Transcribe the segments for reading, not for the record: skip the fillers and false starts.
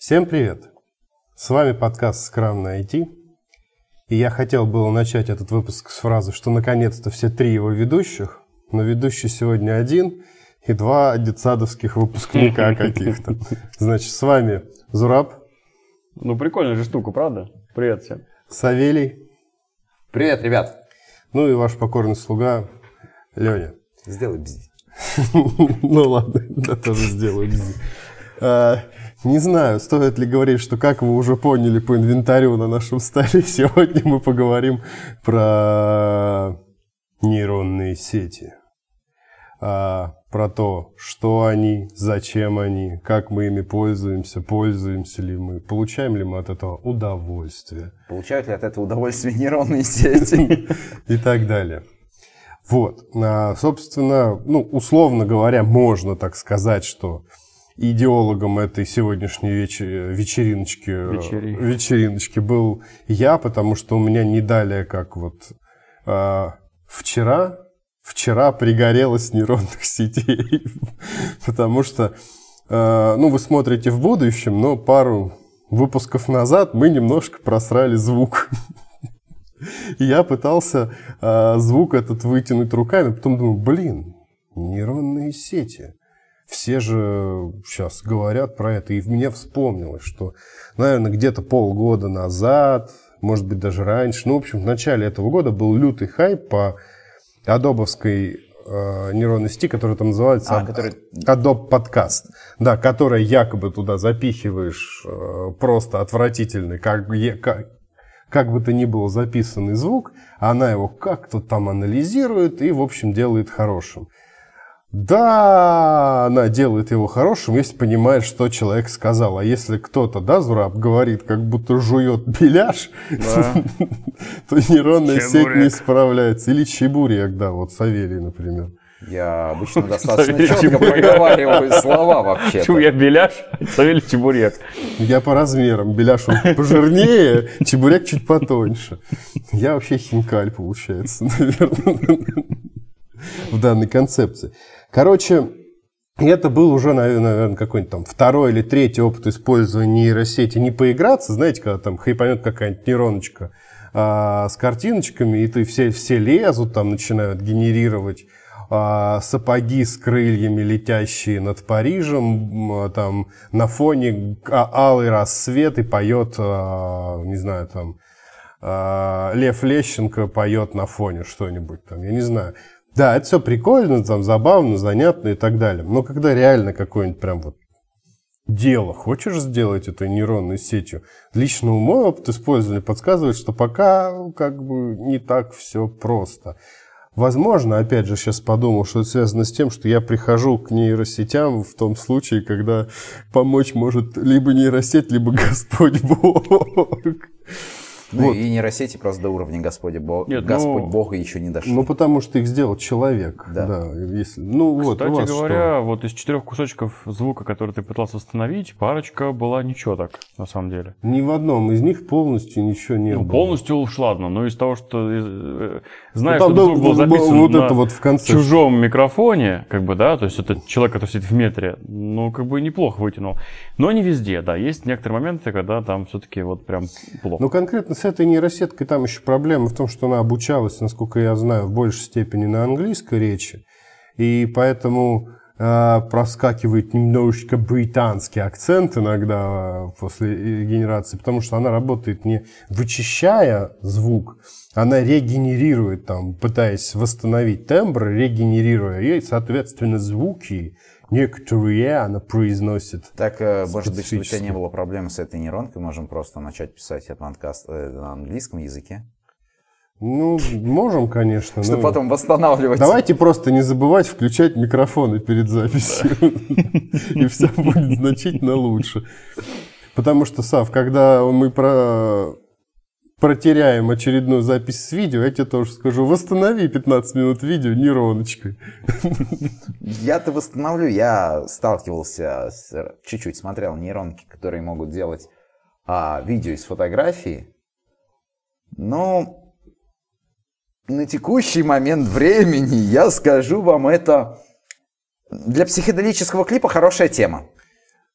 Всем привет! С вами подкаст Scrum на IT. И я хотел было начать этот выпуск с фразы, что наконец-то все три его ведущих, но ведущий сегодня один и два детсадовских выпускника каких-то. Значит, с вами Зураб. Ну, прикольная же штука, правда? Привет всем. Савелий. Привет, ребят. Ну и ваш покорный слуга Леня. Сделай бзи. Ну ладно, я тоже сделаю бзи. Не знаю, стоит ли говорить, что, как вы уже поняли по инвентарю на нашем столе, сегодня мы поговорим про нейронные сети. Про то, что они, зачем они, как мы ими пользуемся, пользуемся ли мы, получаем ли мы от этого удовольствие. Получают ли от этого удовольствие нейронные сети? И так далее. Вот, собственно, условно говоря, можно так сказать, что идеологом этой сегодняшней вечериночки был я, потому что у меня не далее, как вот вчера пригорелось нейронных сетей. Потому что, вы смотрите в будущем, но пару выпусков назад мы немножко просрали звук. И я пытался звук этот вытянуть руками, потом думаю, нейронные сети. Все же сейчас говорят про это, и мне вспомнилось, что, наверное, где-то полгода назад, может быть, даже раньше, в общем, в начале этого года был лютый хайп по адобовской нейронной сети, которая там называется Adobe Podcast, да, которая якобы туда запихиваешь просто отвратительный, как бы то ни было записанный звук, а она его как-то там анализирует и, в общем, делает хорошим. Да, она делает его хорошим, если понимает, что человек сказал. А если кто-то, Зураб, говорит, как будто жует беляш, то нейронная сеть не справляется. Или чебурек, вот Савелий, например. Я обычно достаточно четко проговариваю слова вообще-то. Я беляш, Савелий чебурек. Я по размерам. Беляш он пожирнее, чебурек чуть потоньше. Я вообще хинкаль, получается, наверное, в данной концепции. Короче, это был уже, наверное, какой-нибудь там второй или третий опыт использования нейросети. Не поиграться, знаете, когда там хайпанет какая-нибудь нейроночка с картиночками, и все лезут, там начинают генерировать сапоги с крыльями, летящие над Парижем, там на фоне алый рассвет, и поет, не знаю, там Лев Лещенко поет на фоне что-нибудь там, я не знаю. Да, это все прикольно, там, забавно, занятно и так далее. Но когда реально какое-нибудь прям дело хочешь сделать этой нейронной сетью, лично мой опыт использования подсказывает, что пока не так все просто. Возможно, опять же, сейчас подумал, что это связано с тем, что я прихожу к нейросетям в том случае, когда помочь может либо нейросеть, либо Господь Бог. И нейросети просто до уровня Господь Бога еще не дошли. Потому что их сделал человек. Да. Кстати говоря, из 4 кусочков звука, который ты пытался восстановить, парочка была ничего так, на самом деле. Ни в одном из них полностью ничего не было. Полностью уж ладно, но из того, что знаешь, что звук был записан на в конце. чужом микрофоне, то есть это человек, который сидит в метре, неплохо вытянул. Но не везде, да, есть некоторые моменты, когда там все-таки прям плохо. Конкретно с этой нейросеткой там еще проблема в том, что она обучалась, насколько я знаю, в большей степени на английской речи, и поэтому проскакивает немножечко британский акцент иногда после генерации, потому что она работает не вычищая звук, она регенерирует, пытаясь восстановить тембр, регенерируя, и, соответственно, звуки некоторые она произносит. Так, может быть, что у тебя не было проблем с этой нейронкой, можем просто начать писать этот подкаст на английском языке? Можем, конечно. Чтобы потом восстанавливать. Давайте просто не забывать включать микрофоны перед записью. И все будет значительно лучше. Потому что, Сав, когда мы протеряем очередную запись с видео, я тебе тоже скажу, восстанови 15 минут видео нейроночкой. Я-то восстановлю. Я сталкивался чуть-чуть смотрел нейронки, которые могут делать видео из фотографии. Но на текущий момент времени, я скажу вам, это для психоделического клипа хорошая тема.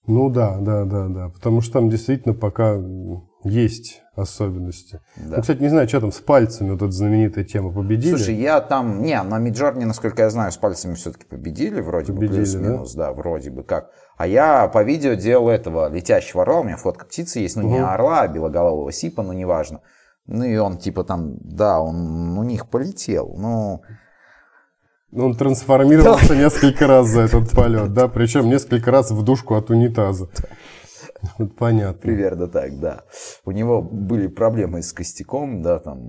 Ну да, потому что там действительно пока есть особенности. Да. Ну, кстати, не знаю, что там с пальцами, вот эта знаменитая тема, победили? Слушай, я там, на Midjourney, насколько я знаю, с пальцами все-таки победили, вроде бы, плюс-минус, да, вроде бы как. А я по видео делал этого летящего орла, у меня фотка птицы есть, не орла, а белоголового сипа, неважно. И он типа там, да, он у них полетел, Он трансформировался несколько раз за этот полет, да, причем несколько раз в душку от унитаза. Вот понятно. Примерно так, да. У него были проблемы с костяком, да, там,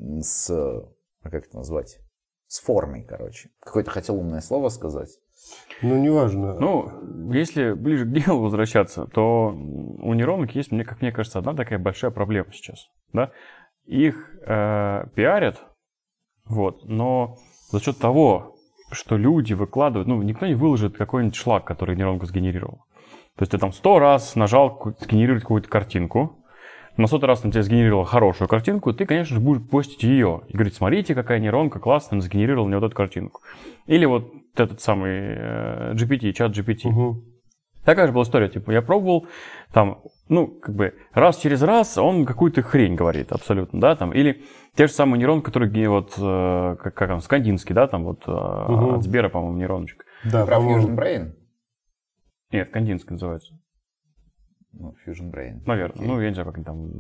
как это назвать? С формой, короче. Какое-то хотел умное слово сказать. Неважно. Если ближе к делу возвращаться, то у нейронок есть, как мне кажется, одна такая большая проблема сейчас, да. Их пиарят, но за счет того, что люди выкладывают, никто не выложит какой-нибудь шлак, который нейронка сгенерировала. То есть ты там 100 раз нажал сгенерировать какую-то картинку, на 100 раз на тебя сгенерировала хорошую картинку, ты, конечно же, будешь постить ее и говорить, смотрите, какая нейронка классная, она сгенерировала мне вот эту картинку. Или вот этот самый GPT, чат GPT. Угу. Такая же была история, типа, я пробовал, там, раз через раз он какую-то хрень говорит абсолютно, да, там, или те же самые нейронки, которые вот, как он, скандинский, да, там, вот, от Сбера, по-моему, нейрончик. Да, про Fusion Brain? Нет, кандинский называется. Fusion Brain. Наверное. Я не знаю, как они там,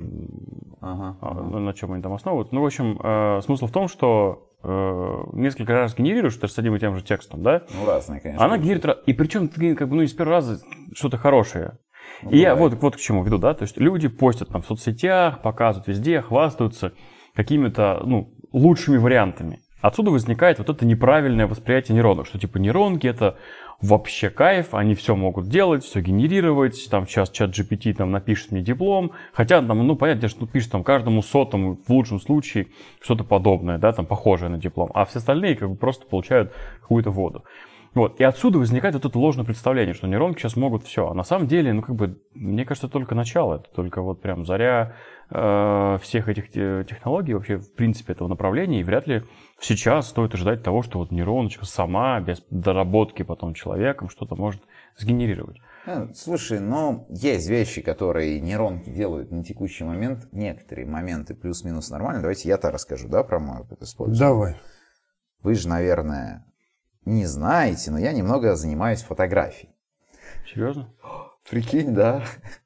на чем они там основываются. В общем, смысл в том, что несколько раз генерируешь, ты с одним и тем же текстом, да? Разные, конечно. Она генерирует, и причем ты не с первого раза что-то хорошее. И я вот к чему веду, да, то есть люди постят там в соцсетях, показывают везде, хвастаются какими-то, лучшими вариантами. Отсюда возникает вот это неправильное восприятие нейронок, что типа нейронки это вообще кайф, они все могут делать, все генерировать, там сейчас чат GPT там напишет мне диплом, хотя там, понятно, что пишет там каждому сотому в лучшем случае что-то подобное, да, там похожее на диплом, а все остальные как бы просто получают какую-то воду. Вот, и отсюда возникает вот это ложное представление, что нейронки сейчас могут все. А на самом деле, мне кажется, это только начало, это только вот прям заря всех этих технологий, вообще, в принципе, этого направления, и вряд ли сейчас стоит ожидать того, что вот нейроночка сама, без доработки потом человеком, что-то может сгенерировать. Слушай, есть вещи, которые нейронки делают на текущий момент, некоторые моменты плюс-минус нормально. Давайте я-то расскажу, да, про мой опыт использования. Давай. Вы же, наверное, не знаете, но я немного занимаюсь фотографией. Серьезно? Прикинь, да.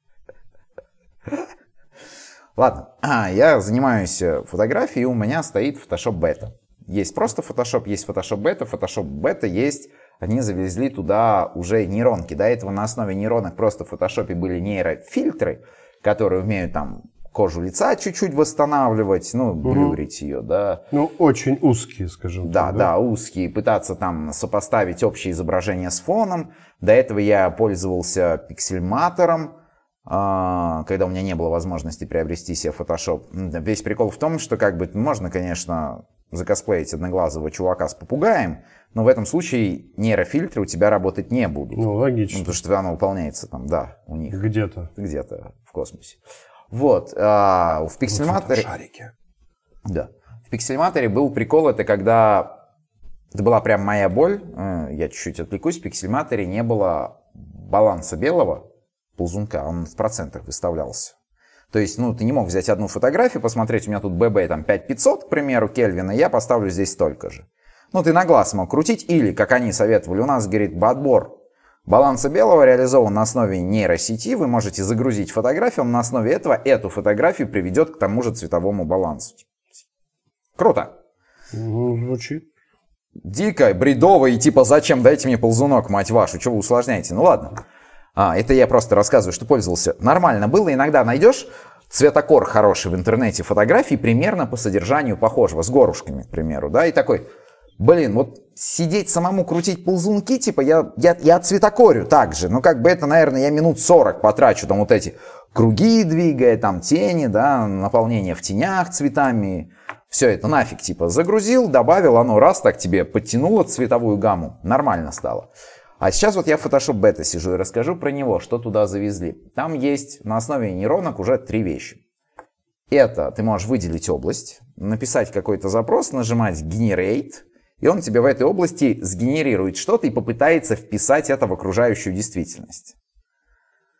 Ладно, я занимаюсь фотографией, и у меня стоит Photoshop Beta. Есть просто Photoshop, есть Photoshop Beta. Photoshop Beta есть, они завезли туда уже нейронки. До этого на основе нейронок просто в Photoshop были нейрофильтры, которые умеют там кожу лица чуть-чуть восстанавливать, блюрить ее, да. Очень узкие, скажем так. Да, узкие, пытаться там сопоставить общее изображение с фоном. До этого я пользовался пиксельматором, когда у меня не было возможности приобрести себе Photoshop. Весь прикол в том, что можно, конечно, закосплеить одноглазого чувака с попугаем, но в этом случае нейрофильтры у тебя работать не будут. Логично. Потому что оно выполняется там, да, у них. Где-то в космосе. Вот, в пиксельматоре... шарики. Да. В пиксельматоре был прикол, это когда... Это была прям моя боль, я чуть-чуть отвлекусь, в пиксельматоре не было баланса белого ползунка, он в процентах выставлялся. То есть, ты не мог взять одну фотографию, посмотреть, у меня тут ББ там 5500, к примеру, Кельвина, я поставлю здесь столько же. Ты на глаз мог крутить, или, как они советовали, у нас, говорит, отбор баланса белого реализован на основе нейросети, вы можете загрузить фотографию, он на основе этого эту фотографию приведет к тому же цветовому балансу. Круто. Звучит. Дико, бредово и типа зачем, дайте мне ползунок, мать вашу, что вы усложняете? Ладно. Это я просто рассказываю, что пользовался. Нормально было, иногда найдешь цветокор хороший в интернете фотографий примерно по содержанию похожего, с горушками, к примеру, да, и такой, вот сидеть самому крутить ползунки, типа я цветокорю так же, это, наверное, я минут 40 потрачу, там вот эти круги двигая, там тени, да, наполнение в тенях цветами, все это нафиг, типа загрузил, добавил, оно раз так тебе подтянуло цветовую гамму, нормально стало. А сейчас вот я в Photoshop Beta сижу и расскажу про него, что туда завезли. Там есть на основе нейронок уже 3 вещи. Это ты можешь выделить область, написать какой-то запрос, нажимать Generate, и он тебе в этой области сгенерирует что-то и попытается вписать это в окружающую действительность.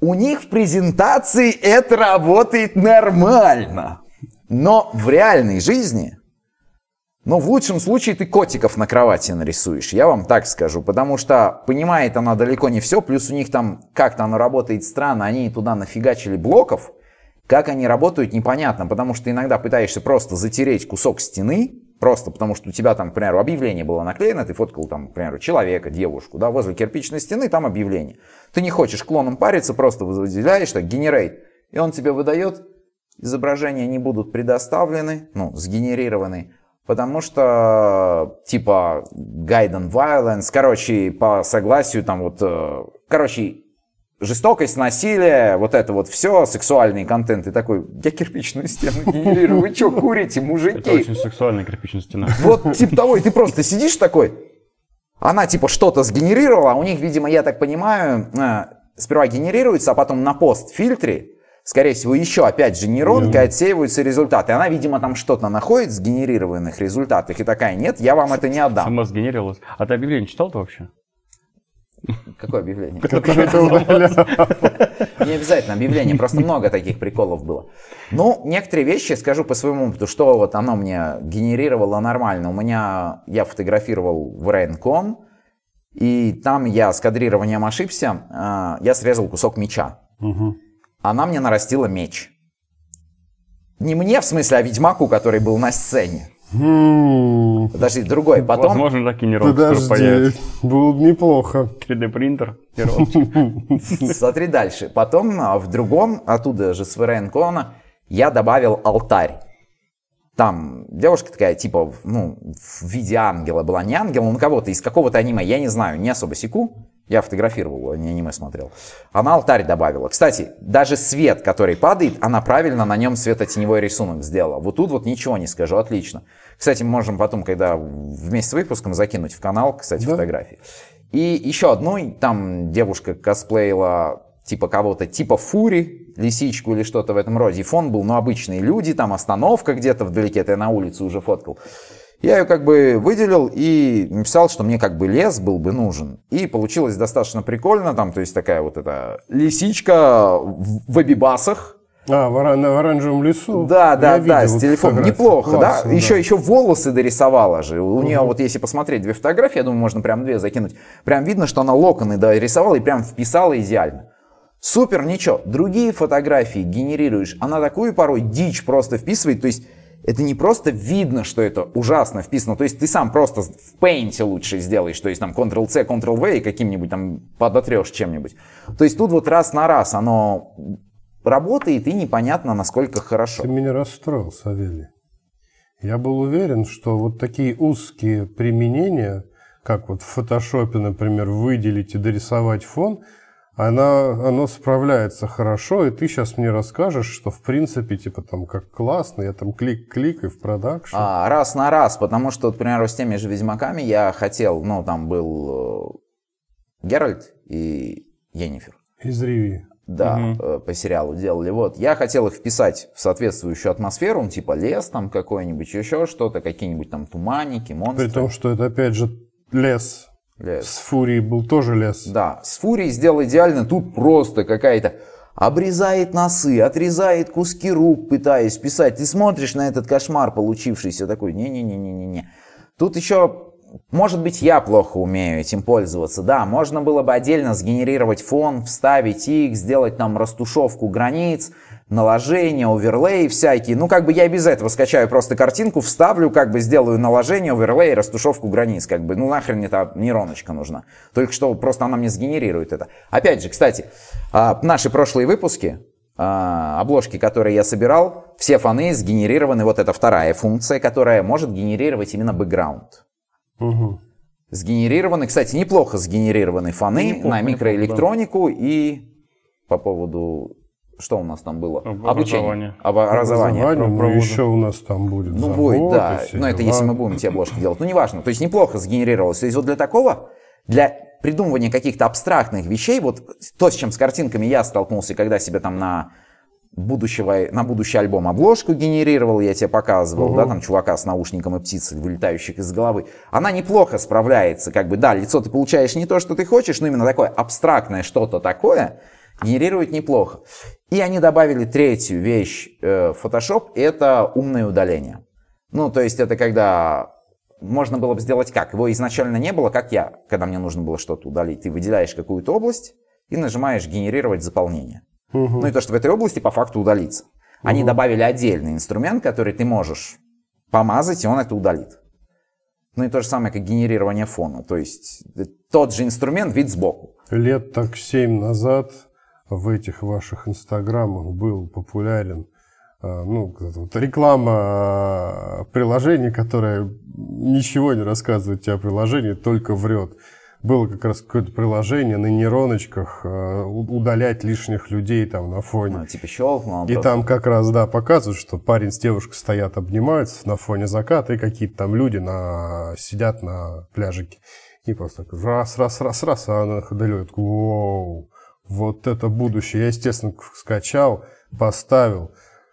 у них в презентации это работает нормально. Но в реальной жизни, ну, в лучшем случае ты котиков на кровати нарисуешь, я вам так скажу. Потому что понимает она далеко не все, плюс у них там как-то оно работает странно, они туда нафигачили блоков. Как они работают, непонятно, потому что иногда пытаешься просто затереть кусок стены, просто потому что у тебя там, к примеру, объявление было наклеено, ты фоткал там, к примеру, человека, девушку, да, возле кирпичной стены, там объявление. Ты не хочешь клоном париться, просто выделяешь, так, generate, и он тебе выдает, изображения не будут предоставлены, ну, сгенерированы, потому что, типа, guide on violence, короче, по согласию, там вот, короче, жестокость, насилие, вот это вот все, сексуальный контент. И такой, я кирпичную стену генерирую. Вы что, курите, мужики? Это очень сексуальная кирпичная стена. Вот типа того, и ты просто сидишь такой, она типа что-то сгенерировала, а у них, видимо, я так понимаю, сперва генерируется, а потом на постфильтре, скорее всего, еще опять же нейронкой отсеиваются результаты. Она, видимо, там что-то находит в сгенерированных результатах и такая, нет, я вам это не отдам. Сама сгенерировалась. А ты объявление читал-то вообще? Какое объявление? Это Не обязательно объявление, просто много таких приколов было. Ну, некоторые вещи, скажу по своему опыту, что вот оно мне генерировало нормально. Я фотографировал в Raincon, и там я с кадрированием ошибся, я срезал кусок меча. Она мне нарастила меч. Не мне, в смысле, а Ведьмаку, который был на сцене. Подожди, другой. Потом... Возможно, такие нейронки скоро появятся. Было бы неплохо. 3D-принтер, нейронки. Смотри дальше. Потом в другом, оттуда же с Raincon, я добавил алтарь. Там девушка такая, типа, ну, в виде ангела была. Не ангел, но кого-то из какого-то аниме. Я не знаю, не особо секу. Я фотографировал, не аниме смотрел. Она алтарь добавила. Кстати, даже свет, который падает, она правильно на нем светотеневой рисунок сделала. Вот тут вот ничего не скажу, отлично. Кстати, мы можем потом, когда вместе с выпуском, закинуть в канал, кстати, фотографии. И еще одну, там девушка косплеила типа кого-то, типа Фури, лисичку или что-то в этом роде. И фон был, ну, обычные люди, там остановка где-то вдалеке, это я на улице уже фоткал. Я ее как бы выделил и написал, что мне как бы лес был бы нужен. И получилось достаточно прикольно, там, то есть такая вот эта лисичка в абибасах. В оранжевом лесу. Да, с телефоном. Неплохо, классно, да? Еще волосы дорисовала же. У нее вот если посмотреть две фотографии, я думаю, можно прям две закинуть. Прям видно, что она локоны дорисовала и прям вписала идеально. Супер, ничего. Другие фотографии генерируешь, она такую порой дичь просто вписывает, то есть это не просто видно, что это ужасно вписано, то есть ты сам просто в Paint лучше сделаешь, то есть там Ctrl-C, Ctrl-V и каким-нибудь там подотрешь чем-нибудь. То есть тут вот раз на раз оно работает и непонятно, насколько хорошо. Ты меня расстроил, Савелий. Я был уверен, что вот такие узкие применения, как вот в фотошопе, например, выделить и дорисовать фон, оно справляется хорошо, и ты сейчас мне расскажешь, что в принципе, типа там как классно, я там клик и в продакшн. Раз на раз, потому что, к примеру, с теми же Ведьмаками я хотел, ну там был Геральт и Йеннифер. Из Риви. Да, по сериалу делали. Вот, я хотел их вписать в соответствующую атмосферу, ну, типа лес там какой-нибудь, еще что-то, какие-нибудь там туманники, монстры. При том, что это опять же лес. С Фурией был тоже лес. Да, с Фурией сделал идеально, тут просто какая-то обрезает носы, отрезает куски рук, пытаясь писать. Ты смотришь на этот кошмар получившийся, такой, не-не-не-не-не. Тут еще, может быть, я плохо умею этим пользоваться. Да, можно было бы отдельно сгенерировать фон, вставить их, сделать там растушевку границ, наложения, оверлей всякие. Ну, как бы я без этого скачаю просто картинку, вставлю, как бы сделаю наложение, оверлей, растушевку границ. Как бы, ну, нахрен мне эта нейроночка нужна. Только что просто она мне сгенерирует это. Опять же, кстати, наши прошлые выпуски, обложки, которые я собирал, все фоны сгенерированы. Вот это вторая функция, которая может генерировать именно бэкграунд. Сгенерированы, кстати, неплохо сгенерированы фоны на микроэлектронику и по поводу... Что у нас там было? Обучение. Образование. Ну, еще у нас там будет. Ну, будет, да. Но это если мы будем эти обложки делать. Ну, неважно. То есть неплохо сгенерировалось. То есть вот для такого, для придумывания каких-то абстрактных вещей, вот то, с чем с картинками я столкнулся, когда себе там на будущий альбом обложку генерировал, я тебе показывал, да, там чувака с наушником и птицей, вылетающих из головы. Она неплохо справляется. Как бы, да, лицо ты получаешь не то, что ты хочешь, но именно такое абстрактное что-то такое, Генерирует неплохо. И они добавили третью вещь в Photoshop, это умное удаление. Ну, то есть это когда можно было бы сделать как? Его изначально не было, как я, когда мне нужно было что-то удалить. Ты выделяешь какую-то область и нажимаешь «Генерировать заполнение». Ну и то, что в этой области по факту удалится. Они добавили отдельный инструмент, который ты можешь помазать, и он это удалит. Ну и то же самое, как генерирование фона. То есть тот же инструмент, вид сбоку. Лет так 7 назад в этих ваших инстаграмах был популярен реклама приложения, которое ничего не рассказывает тебе о приложении, только врет. Было как раз какое-то приложение на нейроночках удалять лишних людей там на фоне. Ну, типа щелкнул. И там как раз, да, показывают, что парень с девушкой стоят, обнимаются на фоне заката, и какие-то там люди сидят на пляжике. И просто так раз, а она их удаляет. Воу, вот это будущее. Я, естественно, скачал, поставил.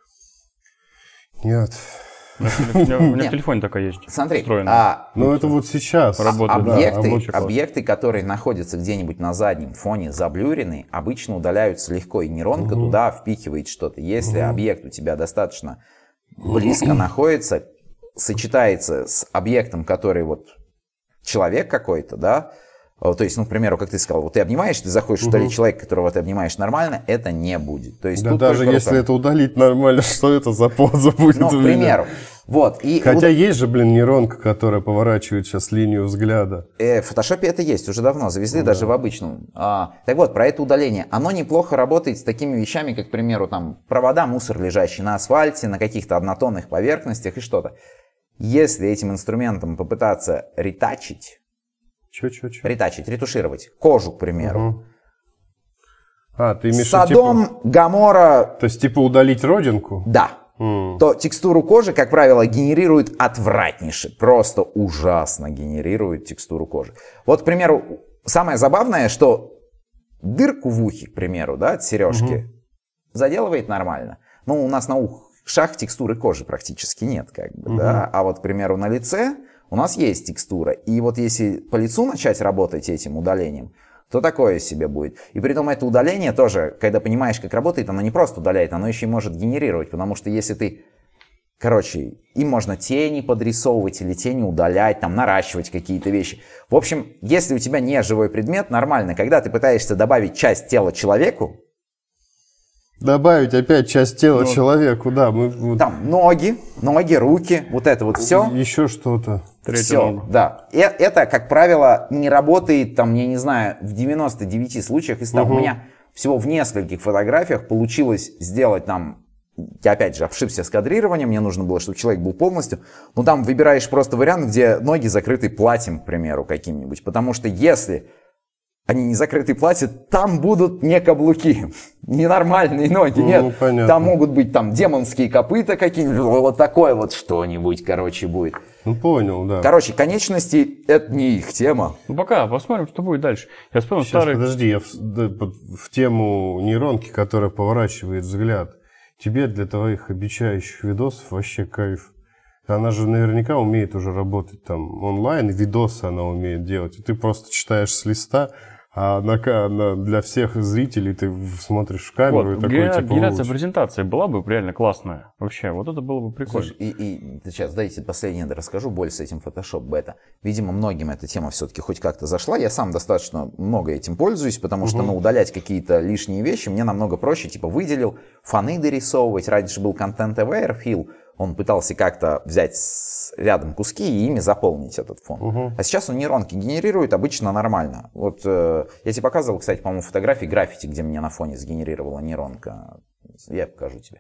Нет. У меня в телефоне такая есть. Смотри, это вот сейчас. Объекты, которые находятся где-нибудь на заднем фоне, заблюрены, обычно удаляются легко, и нейронка туда впихивает что-то. Если объект у тебя достаточно близко находится, сочетается с объектом, который вот человек какой-то, да, то есть, к примеру, как ты сказал, вот ты обнимаешь, ты заходишь удалить человека, которого ты обнимаешь нормально, это не будет. То есть, да даже если это удалить нормально, что это за поза будет? Ну, к примеру. Вот, Хотя есть же, нейронка, которая поворачивает сейчас линию взгляда. В фотошопе это есть, уже давно завезли, даже в обычном. Так вот, про это удаление. Оно неплохо работает с такими вещами, как, к примеру, там провода, мусор, лежащий на асфальте, на каких-то однотонных поверхностях и что-то. Если этим инструментом попытаться ретачить, ретушировать кожу, к примеру. Ты имеешь Содом, Гоморра. То есть, удалить родинку? Да. То текстуру кожи, как правило, генерирует отвратнейше. Просто ужасно генерирует текстуру кожи. Вот, к примеру, самое забавное, что дырку в ухе, к примеру, да, от сережки, заделывает нормально. Ну, у нас на ушах текстуры кожи практически нет, да. А вот, к примеру, на лице у нас есть текстура. И вот если по лицу начать работать этим удалением, то такое себе будет. И при том это удаление тоже, когда понимаешь, как работает, оно не просто удаляет, оно еще и может генерировать. Потому что если ты... им можно тени подрисовывать или тени удалять, там наращивать какие-то вещи. В общем, если у тебя не живой предмет, нормально. Когда ты пытаешься добавить часть тела человеку, добавить опять часть тела человеку, да. Там ноги, руки, вот это вот все. Еще что-то. Все, да. Это, как правило, не работает, там, я не знаю, в 99 случаях из 100. У меня всего в нескольких фотографиях получилось сделать там, я опять же ошибся с кадрированием, мне нужно было, чтобы человек был полностью. Но там выбираешь просто вариант, где ноги закрыты платьем, к примеру, каким-нибудь. Потому что если они не закрыты платьем, там будут не каблуки, ненормальные ноги, нет. Понятно. Там могут быть там демонские копыта какие-нибудь, вот такое вот что-нибудь, будет. Понял, да. Конечности — это не их тема. Пока посмотрим, что будет дальше. Я вспомнил старый... Подожди, я в тему нейронки, которая поворачивает взгляд. Тебе для твоих обещающих видосов вообще кайф. Она же наверняка умеет уже работать там онлайн, и видосы она умеет делать. И ты просто читаешь с листа, а для всех зрителей ты смотришь в камеру и такой генерация презентации была бы реально классная. Вообще, вот это было бы прикольно. Слушай, и сейчас, дайте последнее расскажу, боль с этим Photoshop бета. Видимо, многим эта тема все-таки хоть как-то зашла. Я сам достаточно много этим пользуюсь, потому что удалять какие-то лишние вещи мне намного проще. Типа выделил, фоны дорисовывать. Раньше был Content Aware Fill. Он пытался как-то взять рядом куски и ими заполнить этот фон. А сейчас он нейронки генерирует обычно нормально. Вот я тебе показывал, кстати, по-моему, фотографии граффити, где меня на фоне сгенерировала нейронка. Я покажу тебе.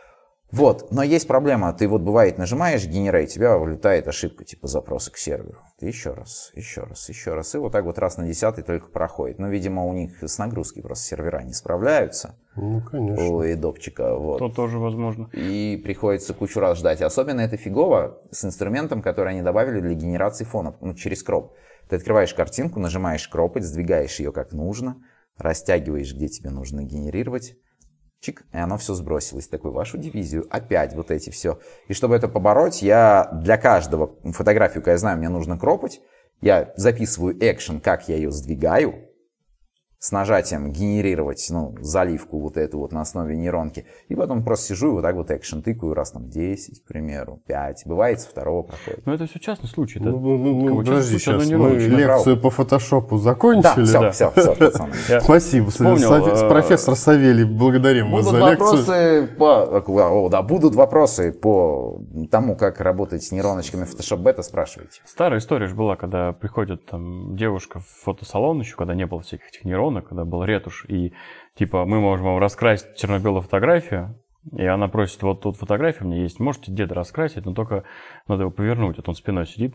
Вот, но есть проблема. Ты вот бывает нажимаешь Generate, у тебя вылетает ошибка типа запроса к серверу. Ты еще раз. И вот так вот раз на 10-й только проходит. Но, видимо, у них с нагрузкой просто сервера не справляются. Конечно. У эдопчика. Вот. То тоже возможно. И приходится кучу раз ждать. И особенно это фигово с инструментом, который они добавили для генерации фона, через кроп. Ты открываешь картинку, нажимаешь кропать, сдвигаешь ее как нужно, растягиваешь, где тебе нужно генерировать. Чик, и оно все сбросилось. Такой, вашу дивизию, опять вот эти все. И чтобы это побороть, я для каждого фотографию, когда я знаю, мне нужно кропать, я записываю экшен, как я ее сдвигаю, с нажатием генерировать, ну, заливку вот эту вот на основе нейронки. И потом просто сижу и вот так вот экшен тыкаю раз там 10, к примеру, 5. Бывает, со второго проходит. Ну, это все частный случай. Да? Подожди, сейчас мы лекцию по фотошопу закончили. Да, все, пацаны. Спасибо. Профессор Савелий, благодарим вас за лекцию. Будут вопросы по тому, как работать с нейроночками Photoshop Beta, спрашивайте. Старая история же была, когда приходит там девушка в фотосалон, еще когда не было всяких этих нейронок, когда был ретушь, и типа мы можем вам раскрасить черно-белую фотографию, и она просит, вот тут фотография у меня есть, можете деда раскрасить, но только надо его повернуть, вот он спиной сидит.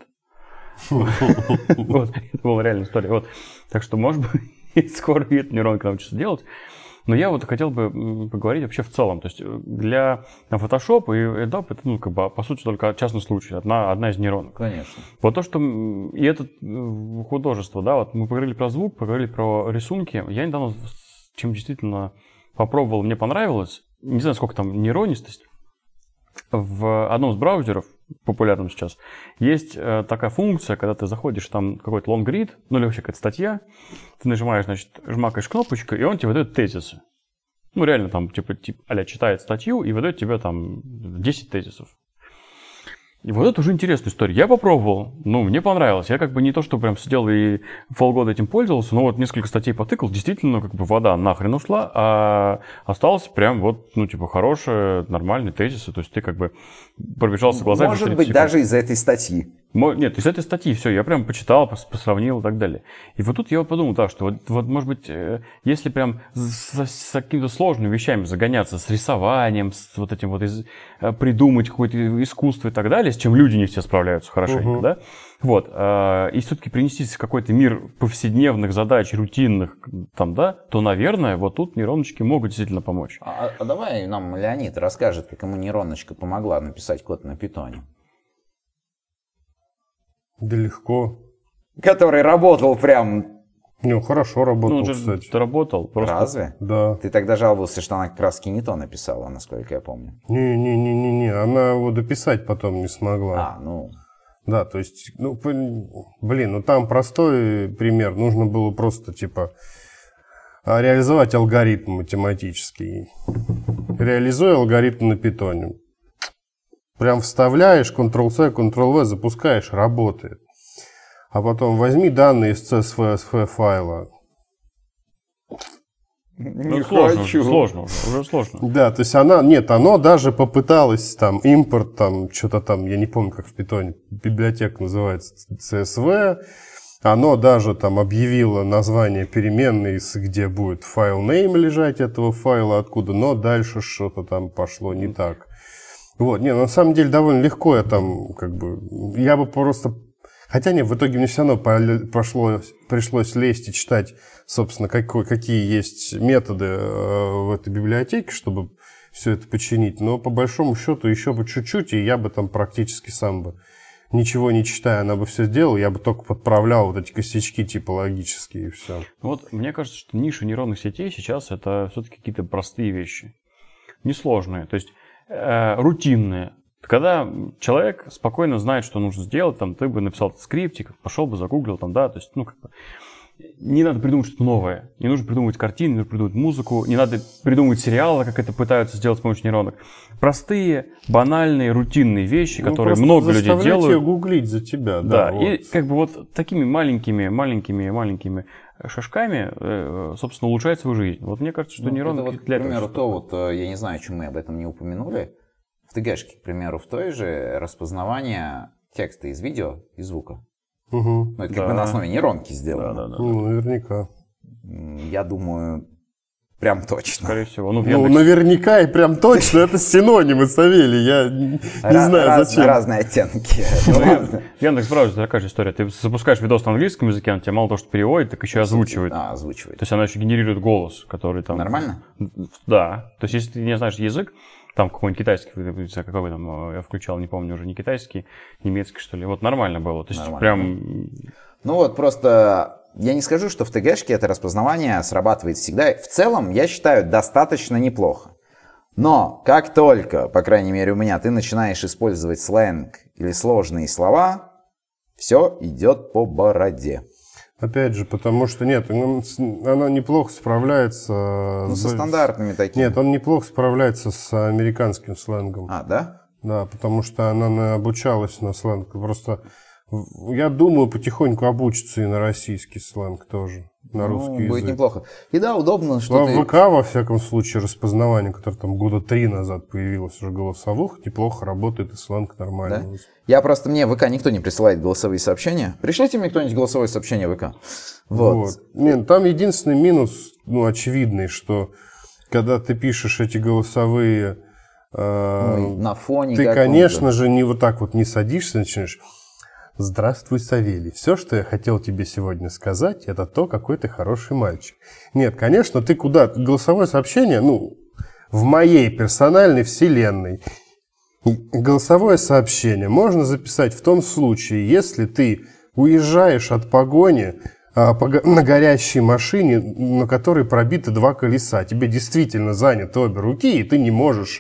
Вот, это была реальная история. Так что, может быть, скоро эта нейронка научится делать. Но я вот хотел бы поговорить вообще в целом. То есть для Photoshop и Adobe это, ну, как бы, по сути, только частный случай, одна из нейронок. Конечно. Вот то, что и это художество, да, вот мы поговорили про звук, поговорили про рисунки. Я недавно чем действительно попробовал, мне понравилось, не знаю, сколько там нейронистость. В одном из браузеров, популярном сейчас, есть такая функция, когда ты заходишь, там какой-то long-read, ну или вообще какая-то статья, ты нажимаешь, значит, жмакаешь кнопочку, и он тебе выдает тезисы. Ну реально там, типа а-ля читает статью и выдает тебе там 10 тезисов. И вот это уже интересная история. Я попробовал, ну, мне понравилось. Я как бы не то, что прям сидел и полгода этим пользовался, но вот несколько статей потыкал, действительно, как бы вода нахрен ушла, а осталось прям вот, ну, типа, хорошие, нормальные тезисы. То есть ты как бы пробежался глазами. Может быть, даже из этой статьи. Нет, из этой статьи все, я прям почитал, посравнил и так далее. И вот тут я вот подумал, так, что вот может быть, если прям с какими-то сложными вещами загоняться, с рисованием, с вот этим вот придумать какое-то искусство и так далее, с чем люди не все справляются хорошенько, да, вот, и все-таки принестись в какой-то мир повседневных задач, рутинных, там, да, то, наверное, вот тут нейроночки могут действительно помочь. А давай нам Леонид расскажет, как ему нейроночка помогла написать код на питоне. Да легко. Который работал прям... Ну, хорошо работал, ну, кстати. Ты работал. Просто... Разве? Да. Ты тогда жаловался, что она как раз не то написала, насколько я помню. Не, она его дописать потом не смогла. Ну... Да, то есть, ну, блин, ну там простой пример. Нужно было просто, типа, реализовать алгоритм математический. Реализуй алгоритм на питоне. Прям вставляешь, Ctrl-C, Ctrl-V, запускаешь, работает. А потом возьми данные из CSV файла. Не хочу. Сложно. Да, то есть оно даже попыталось там импорт, там что-то там, я не помню, как в питоне, библиотека называется CSV. Оно даже там объявило название переменной, где будет файл name лежать этого файла, откуда, но дальше что-то там пошло не так. Вот, на самом деле довольно легко я там, как бы, я бы просто... Хотя нет, в итоге мне все равно пришлось лезть и читать, собственно, какие есть методы в этой библиотеке, чтобы все это починить. Но по большому счету еще бы чуть-чуть, и я бы там практически сам бы, ничего не читая, она бы все сделала, я бы только подправлял вот эти косячки типологические и все. Вот мне кажется, что ниша нейронных сетей сейчас это все-таки какие-то простые вещи, несложные. То есть рутинные. Когда человек спокойно знает, что нужно сделать, там, ты бы написал скриптик, пошел бы, загуглил, там, да, то есть, ну, как бы, не надо придумать что-то новое, не нужно придумывать картины, не нужно придумывать музыку, не надо придумывать сериалы, как это пытаются сделать с помощью нейронок. Простые, банальные, рутинные вещи, которые много людей делают. Заставлять ее гуглить за тебя. Да, вот. И как бы вот такими маленькими шажками, собственно, улучшает свою жизнь. Вот мне кажется, что нейронки вот, для к примеру, я не знаю, почему мы об этом не упомянули. В ТГшке, к примеру, в той же распознавание текста из видео и звука. Угу. Ну, это как бы на основе нейронки сделано. Да. Ну, наверняка. Я думаю, прям точно. Скорее всего. Ну, наверняка и прям точно. Это синонимы, Савелий. Я не знаю, зачем. Разные оттенки. В Яндекс.Браузере такая же история. Ты запускаешь видос на английском языке, он тебе мало того, что переводит, так еще и озвучивает. Озвучивает. То есть она еще генерирует голос, который там... Нормально? Да. То есть если ты не знаешь язык, там какой-нибудь китайский, какой там я включал, не помню уже, не китайский, немецкий, что ли. Вот нормально было. То есть нормально. Прям... Ну вот просто я не скажу, что в ТГшке это распознавание срабатывает всегда. В целом, я считаю, достаточно неплохо. Но как только, по крайней мере у меня, ты начинаешь использовать сленг или сложные слова, все идет по бороде. Опять же, потому что нет, она неплохо справляется... со стандартными такими. Нет, он неплохо справляется с американским сленгом. А, да? Да, потому что она обучалась на сленг. Просто я думаю, потихоньку обучится и на российский сленг тоже, на русский язык. Будет неплохо. И да, удобно, что В ВК, во всяком случае, распознавание, которое там года 3 назад появилось уже голосовых, неплохо работает, и сленг нормально. Да? Я просто, мне в ВК никто не присылает голосовые сообщения. Пришлите мне кто-нибудь голосовое сообщение в ВК. Вот. Нет, там единственный минус, очевидный, что когда ты пишешь эти голосовые... на фоне ты, конечно же, не вот так вот не садишься, начинаешь... Здравствуй, Савелий. Все, что я хотел тебе сегодня сказать, это то, какой ты хороший мальчик. Нет, конечно, ты куда... Голосовое сообщение, в моей персональной вселенной. Голосовое сообщение можно записать в том случае, если ты уезжаешь от погони на горящей машине, на которой пробиты 2 колеса. Тебе действительно заняты обе руки, и ты не можешь...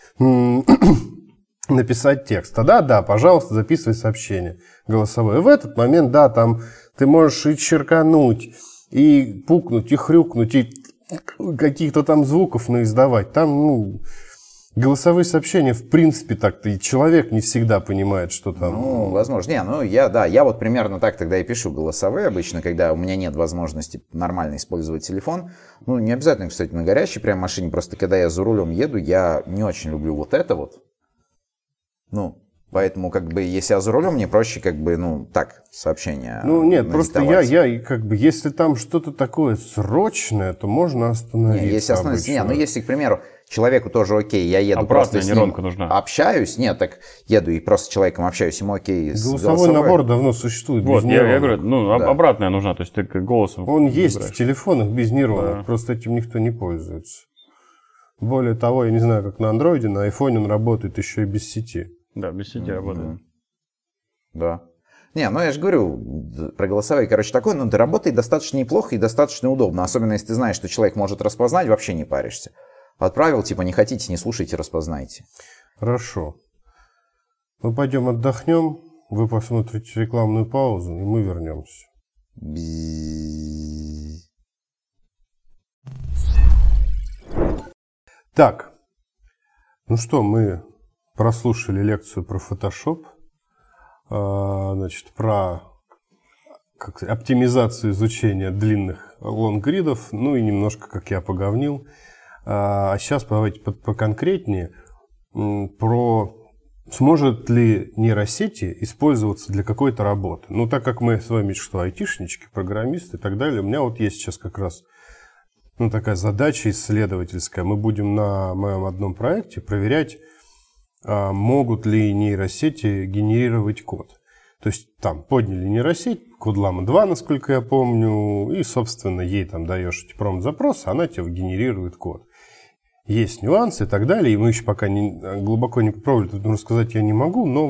написать текст. Тогда, да, пожалуйста, записывай сообщение голосовое. В этот момент, да, там ты можешь и черкануть, и пукнуть, и хрюкнуть, и каких-то там звуков наиздавать. Там, голосовые сообщения, в принципе, так-то и человек не всегда понимает, что там. Возможно. Я вот примерно так тогда и пишу голосовые обычно, когда у меня нет возможности нормально использовать телефон. Не обязательно, кстати, на горящей прям машине, просто когда я за рулем еду, я не очень люблю вот это вот. Поэтому, если я за рулем, мне проще, так, сообщения нет, просто я если там что-то такое срочное, то можно остановиться. Если остановиться, если, к примеру, человеку тоже окей, я еду просто с ним общаюсь, так еду и просто с человеком общаюсь, ему окей. Голосовой набор давно существует. Вот, я говорю, обратная нужна, то есть ты голосом. Он есть в телефонах без нейронок, просто этим никто не пользуется. Более того, я не знаю, как на андроиде, на айфоне он работает еще и без сети. Да, без сети работает. Да. Я же говорю, про голосовые, такой, да, работает достаточно неплохо и достаточно удобно. Особенно, если ты знаешь, что человек может распознать, вообще не паришься. Отправил, не хотите, не слушайте, распознайте. Хорошо. Мы пойдем отдохнем, вы посмотрите рекламную паузу, и мы вернемся. Так, мы прослушали лекцию про Photoshop, про оптимизацию изучения длинных лонгридов, и немножко, как я поговнил. А сейчас давайте поконкретнее про сможет ли нейросети использоваться для какой-то работы. Так как мы с вами айтишники, программисты и так далее, у меня есть сейчас как раз такая задача исследовательская. Мы будем на моем одном проекте проверять, могут ли нейросети генерировать код. То есть там подняли нейросеть, CodeLama 2, насколько я помню, и, собственно, ей там даешь эти промпт-запросы, она тебе генерирует код. Есть нюансы и так далее, и мы еще пока глубоко не попробовали, тут рассказать я не могу, но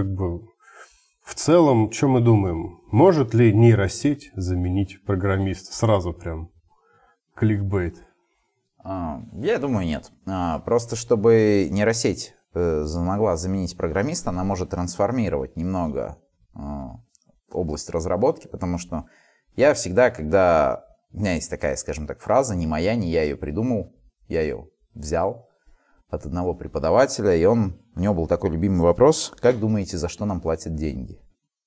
в целом, что мы думаем? Может ли нейросеть заменить программиста? Сразу прям кликбейт. Я думаю, нет. Просто чтобы нейросеть могла заменить программиста, она может трансформировать немного область разработки, потому что я всегда, когда... У меня есть такая, скажем так, фраза, не моя, не я ее придумал, я ее взял от одного преподавателя, и у него был такой любимый вопрос: как думаете, за что нам платят деньги?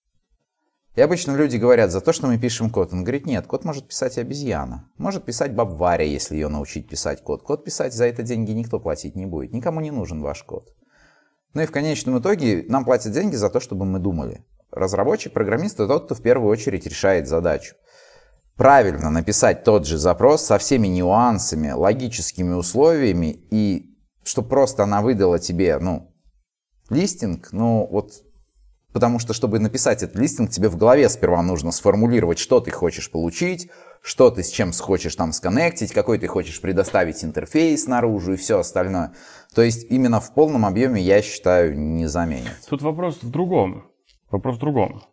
И обычно люди говорят: за то, что мы пишем код. Он говорит: нет, код может писать и обезьяна. Может писать баба Варя, если ее научить писать код. Код писать за это деньги никто платить не будет. Никому не нужен ваш код. И в конечном итоге нам платят деньги за то, чтобы мы думали. Разработчик, программист — это тот, кто в первую очередь решает задачу. Правильно написать тот же запрос со всеми нюансами, логическими условиями, и чтобы просто она выдала тебе, листинг, потому что, чтобы написать этот листинг, тебе в голове сперва нужно сформулировать, что ты хочешь получить, что ты с чем хочешь там сконнектить, какой ты хочешь предоставить интерфейс наружу и все остальное. То есть именно в полном объеме, я считаю, не заменит. Тут вопрос в другом.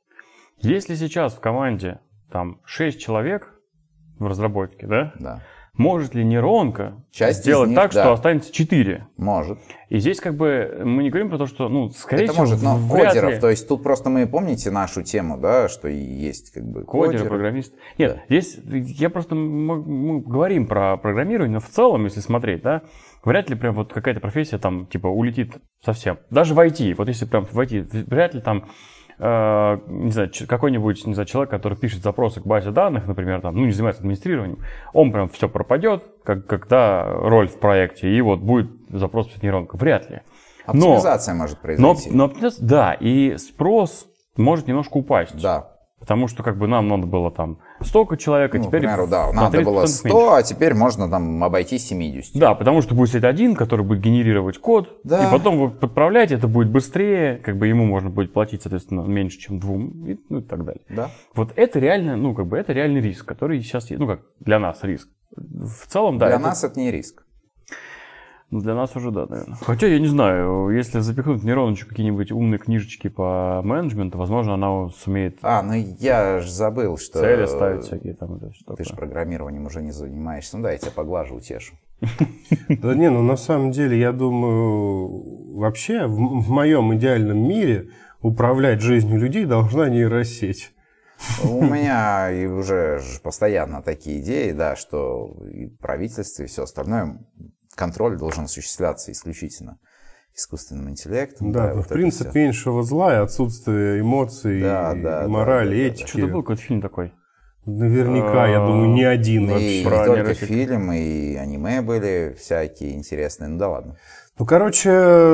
Если сейчас в команде там 6 человек в разработке, да? Да. Может ли нейронка Часть сделать из них, так, да. что останется 4? Может. И здесь как бы мы не говорим про то, что, ну, скорее Это всего, может, но вряд кодеров, ли. то есть тут просто мы, помните нашу тему, да, что есть как бы Кодеры, кодеры. программисты. Нет, здесь я просто, мы говорим про программирование, но в целом, если смотреть, да, вряд ли прям вот какая-то профессия там, типа, улетит совсем. Даже в IT, вот если прям в IT, вряд ли там, не знаю, какой-нибудь, не знаю, человек, который пишет запросы к базе данных, например, там, ну, не занимается администрированием, он прям все пропадет, когда роль в проекте, и вот будет запрос писать нейронка. Вряд ли. Оптимизация может произойти. Но да, и спрос может немножко упасть. Да. Потому что как бы нам надо было там столько человек, а Ну, теперь... к примеру, да, на надо было 100, меньше. а теперь можно там обойтись 70. Да, потому что будет сидеть один, который будет генерировать код, Да. и потом вы подправляете, это будет быстрее, как бы ему можно будет платить, соответственно, меньше, чем 2, и, ну и так далее. Да. Вот это реально, ну как бы это реальный риск, который сейчас есть, ну как для нас риск. В целом, да. Для это... нас это не риск. Ну, для нас уже да, наверное. Хотя, я не знаю, если запихнуть в нейроночку какие-нибудь умные книжечки по менеджменту, возможно, она сумеет Ну я же забыл, что... цели ставить всякие там. Да, что Ты же такое. программированием уже не занимаешься. Ну да, я тебя поглажу, утешу. Да не, ну на самом деле, я думаю, вообще в моем идеальном мире управлять жизнью людей должна нейросеть. У меня и уже постоянно такие идеи, да, что и правительство, и все остальное, контроль должен осуществляться исключительно искусственным интеллектом. Да, вот в принцип всё. меньшего зла и отсутствие эмоций, Да, и да, морали, да, да, этики. Что-то был какой-то фильм такой. Наверняка, я думаю, не один И вообще. не Про только нейросеть. фильмы, и аниме были всякие интересные. Ну да ладно. Ну, короче,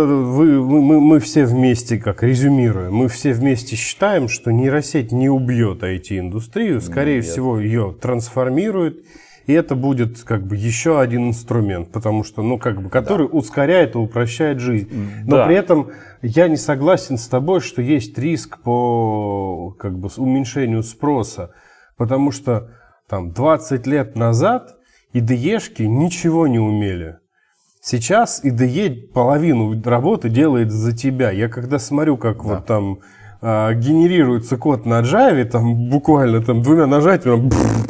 мы все вместе, как резюмируем, мы все вместе считаем, что нейросеть не убьет IT-индустрию, скорее всего, ее трансформирует, и это будет как бы еще один инструмент, потому что, ну, как бы, который ускоряет и упрощает жизнь. Но Да. при этом я не согласен с тобой, что есть риск по как бы уменьшению спроса, потому что там 20 лет назад IDE-шки ничего не умели. Сейчас IDE половину работы делает за тебя. Я когда смотрю, как вот там генерируется код на Java, там буквально там 2 нажатиями,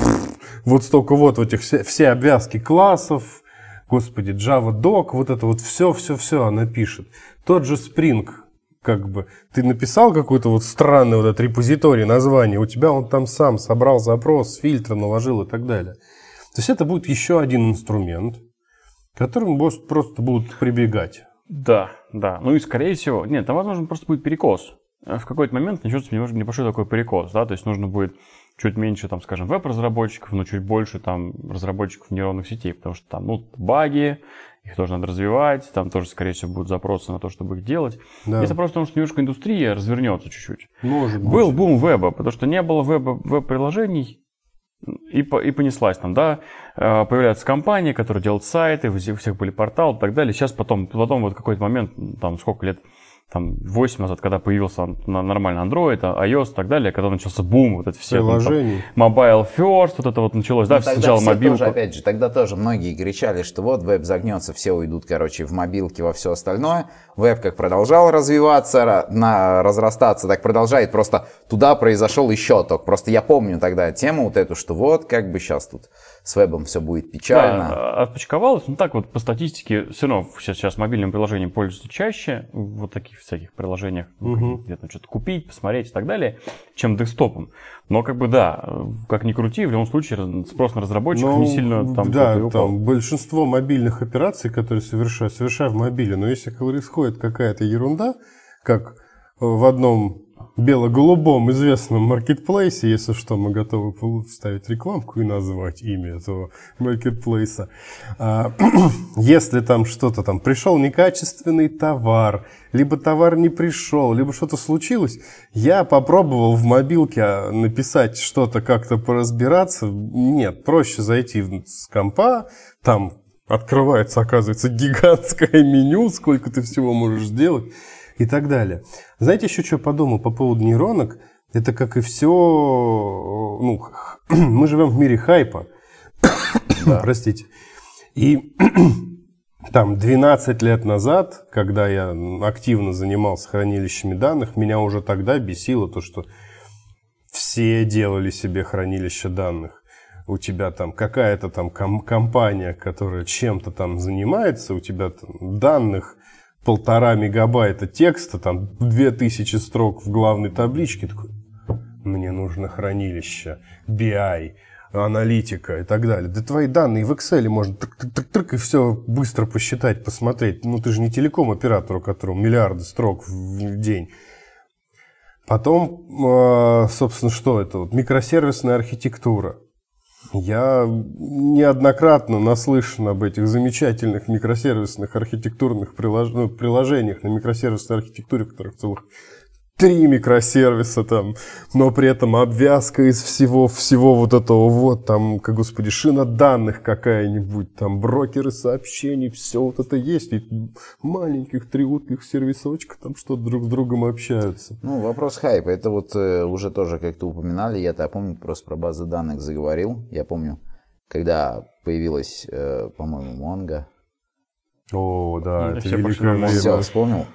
вот столько вот этих все обвязки классов, господи, Java Doc, вот это вот все она пишет. Тот же Spring, как бы, ты написал какой-то вот странный вот этот репозиторий, название, у тебя он там сам собрал запрос, фильтр наложил и так далее. То есть это будет еще один инструмент, к которым просто будут прибегать. Да, да. Ну и скорее всего, нет, там, возможно, просто будет перекос. В какой-то момент начнется небольшой такой перекос, да, то есть нужно будет чуть меньше, там, скажем, веб-разработчиков, но чуть больше там разработчиков нейронных сетей, потому что там, ну, баги, их тоже надо развивать, там тоже, скорее всего, будут запросы на то, чтобы их делать. Да. Это просто потому, что немножко индустрия развернется чуть-чуть. Может быть. Был бум веба, потому что не было веб-приложений, и понеслась там, да, появляются компании, которые делают сайты, у всех были порталы и так далее. Сейчас потом вот какой-то момент, там сколько лет, там 8 назад, когда появился нормальный Android, iOS и так далее, когда начался бум, вот это все приложений. Mobile First, вот это вот началось, да, Тогда сначала все мобилку. тоже, опять же, тогда тоже многие кричали, что вот веб загнется, все уйдут, короче, в мобилки, во все остальное. Веб как продолжал развиваться, разрастаться, так продолжает. Просто туда произошел еще ток. Просто я помню тогда тему вот эту, что вот как бы сейчас тут с вебом все будет печально. Да, отпочковалось, ну так вот по статистике все равно сейчас мобильным приложением пользуются чаще, вот таких всяких приложениях, где-то что-то купить, посмотреть и так далее, чем десктопом. Но как бы да, как ни крути, в любом случае спрос на разработчиков не сильно там... Да, упал. там большинство мобильных операций, которые совершаю в мобиле, но если происходит какая-то ерунда, как в одном бело-голубом известном маркетплейсе, если что, мы готовы вставить рекламку и назвать имя этого маркетплейса. Если там что-то там, пришел некачественный товар, либо товар не пришел, либо что-то случилось, я попробовал в мобилке написать что-то, как-то поразбираться. Нет, проще зайти с компа, там открывается, оказывается, гигантское меню, сколько ты всего можешь сделать. И так далее. Знаете, еще что подумал по поводу нейронок? Это как и все... Ну, мы живем в мире хайпа. Простите. И там 12 лет назад, когда я активно занимался хранилищами данных, меня уже тогда бесило то, что все делали себе хранилище данных. у тебя там какая-то там компания, которая чем-то там занимается, у тебя там данных 1,5 мегабайта текста, там 2000 строк в главной табличке, такой, мне нужно хранилище, BI, аналитика и так далее. Да твои данные в Excel можно и все быстро посчитать, посмотреть. Ну, ты же не телеком-оператор, у которого миллиарды строк в день. Потом, собственно, что это? Вот микросервисная архитектура. Я неоднократно наслышан об этих замечательных микросервисных архитектурных приложениях на микросервисной архитектуре, в которых целых 3 микросервиса там, но при этом обвязка из всего вот этого вот, там, господи, шина данных какая-нибудь, там, брокеры сообщений, все вот это есть, и маленьких 3 утлых сервисочка там что-то друг с другом общаются. Ну, вопрос хайпа, это вот уже тоже как-то упоминали, я-то помню, просто про базы данных заговорил, я помню, когда появилась, по-моему, Mongo. О, да, это это все великое время. Все, вспомнил.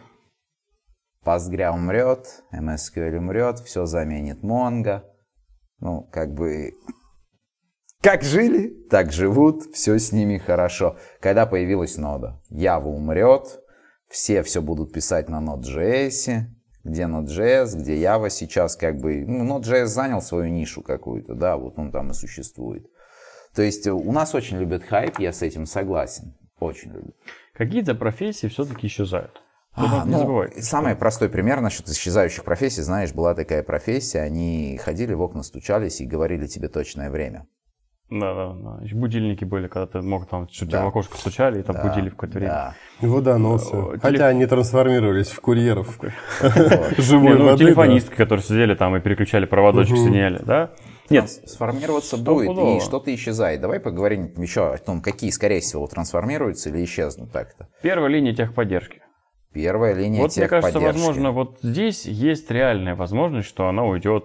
Postgre умрет, MSQL умрет, все заменит Mongo. Ну, как бы, как жили, так живут, все с ними хорошо. Когда появилась нода, Java умрет, все будут писать на Node.js, где Node.js, где Java сейчас как бы, ну, Node.js занял свою нишу какую-то, да, вот он там и существует. То есть у нас очень любят хайп, я с этим согласен, очень любят. Какие-то профессии все-таки исчезают. Не забывай. Самый простой пример насчет исчезающих профессий. Знаешь, была такая профессия, они ходили в окна, стучались и говорили тебе точное время. Да. Еще будильники были, когда ты мог там, что тебя в окошко стучали и там будили в какое-то время. Да. Водоносы. Хотя они трансформировались в курьеров живой воды. Телефонистки, которые сидели там и переключали проводочек, соединяли, да? Нет, трансформироваться будет, и что-то исчезает. Давай поговорим еще о том, какие, скорее всего, трансформируются или исчезнут так-то. Первая линия техподдержки. Первая линия вот, техподдержки. Мне кажется, возможно, вот здесь есть реальная возможность, что она уйдет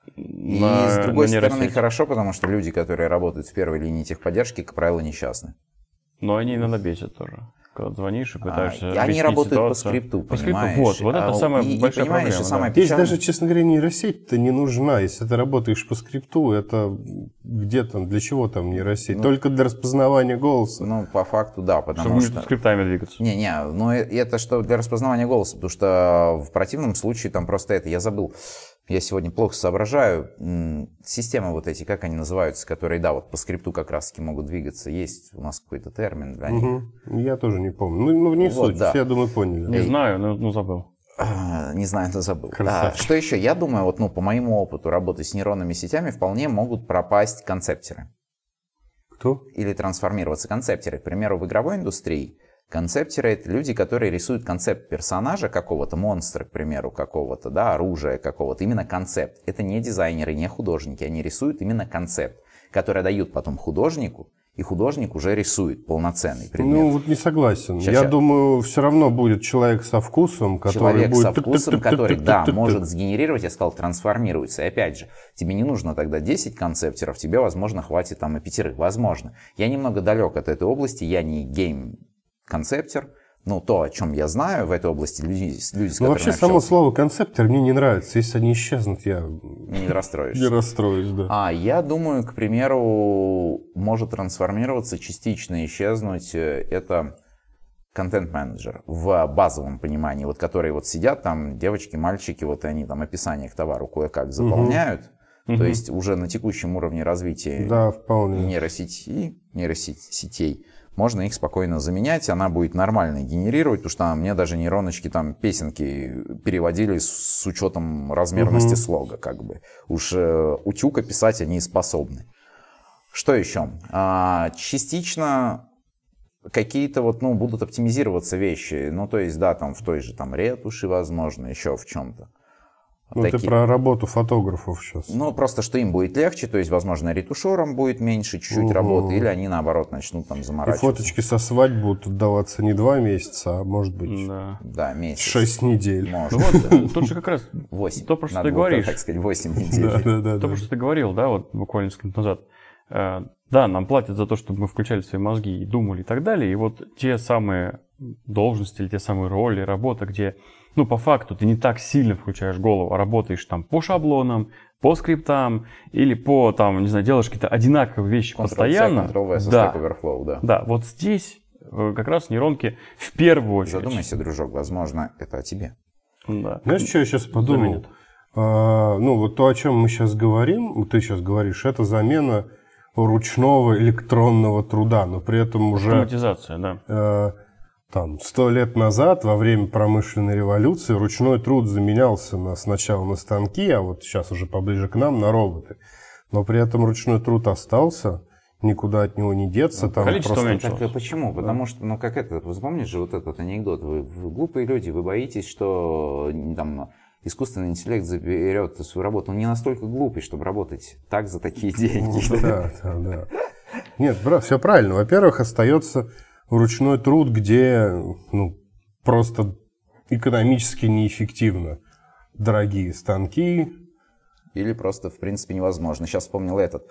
на с другой стороны, хорошо, потому что люди, которые работают в первой линии техподдержки, как правило, несчастны. Но они иногда бесят тоже. Когда звонишь и пытаешься они работают ситуацию. по скрипту, понимаешь? Вот это самая большая проблема. Самое Здесь даже, честно говоря, нейросеть-то не нужна. Если ты работаешь по скрипту, это где там, для чего там нейросеть? Только для распознавания голоса. Ну, по факту, да, потому чтобы что... скриптами двигаться. Но это что для распознавания голоса, потому что в противном случае там просто это, я забыл, я сегодня плохо соображаю, системы вот эти, как они называются, которые, да, вот по скрипту как раз-таки могут двигаться, есть у нас какой-то термин для них. Я тоже не помню. Ну, не вот, суть, да. все, я думаю, поняли. Не знаю, но забыл. Не знаю, но забыл. Что еще? Я думаю, вот, по моему опыту работы с нейронными сетями вполне могут пропасть концептеры. Кто? Или трансформироваться концептеры. К примеру, в игровой индустрии концептеры — это люди, которые рисуют концепт персонажа какого-то, монстра, к примеру, какого-то, да, оружия какого-то. Именно концепт. Это не дизайнеры, не художники. Они рисуют именно концепт, который дают потом художнику, и художник уже рисует полноценный предмет. Ну, вот не согласен. Я думаю, все равно будет человек со вкусом, который будет... Человек со вкусом, который, да, может сгенерировать, я сказал, трансформируется. И опять же, тебе не нужно тогда 10 концептеров, тебе, возможно, хватит там и 5. Возможно. Я немного далек от этой области, я не гейм-концептер. Ну, то, о чем я знаю в этой области, люди с которыми вообще, само слово концептер мне не нравится. Если они исчезнут, я не расстроишься. Не расстроюсь, да. Я думаю, к примеру, может трансформироваться, частично исчезнуть, это контент-менеджер в базовом понимании, вот которые вот сидят там, девочки, мальчики, вот они там описание к товару кое-как заполняют. То есть уже на текущем уровне развития нейросетей можно их спокойно заменять, она будет нормально генерировать, потому что мне даже нейроночки там песенки переводили с учетом размерности слога, как бы. Уж утюга писать они способны. Что еще? Частично какие-то вот, будут оптимизироваться вещи, то есть, да, там в той же там ретуши, возможно, еще в чем-то. Ты про работу фотографов сейчас. Просто что им будет легче, то есть, возможно, ретушерам будет меньше чуть-чуть работы, или они, наоборот, начнут там заморачиваться. И фоточки со свадьб будут отдаваться не 2 месяца, а может быть месяц. 6 недель. Вот, тут же как раз 8. То, про что ты говоришь. Так сказать, 8 недель. То, про что ты говорил, да, вот буквально несколько минут назад. Да, нам платят за то, чтобы мы включали свои мозги и думали и так далее. И вот те самые должности или те самые роли, работа, где ну, по факту ты не так сильно включаешь голову, а работаешь там по шаблонам, по скриптам или по, там, не знаю, делаешь какие-то одинаковые вещи постоянно. Ctrl-V со Да. Stack Overflow, да. Да, вот здесь как раз нейронки в первую очередь. Задумайся, дружок, возможно, это о тебе. Да. Знаешь, что я сейчас подумал? Ну, вот то, о чем мы сейчас говорим, ты сейчас говоришь, это замена ручного электронного труда, но при этом уже Автоматизация, да. там 100 лет назад, во время промышленной революции, ручной труд заменялся сначала на станки, а вот сейчас уже поближе к нам на роботы. Но при этом ручной труд остался, никуда от него не деться. Там количество просто... уменьшилось. Так, почему? Потому что, ну как это, вы помните же вот этот анекдот, вы глупые люди, вы боитесь, что там искусственный интеллект заберет свою работу. Он не настолько глупый, чтобы работать так за такие деньги. Да. Нет, все правильно. Во-первых, остается ручной труд, где просто экономически неэффективно. Дорогие станки. Или просто, в принципе, невозможно. Сейчас вспомнил этот.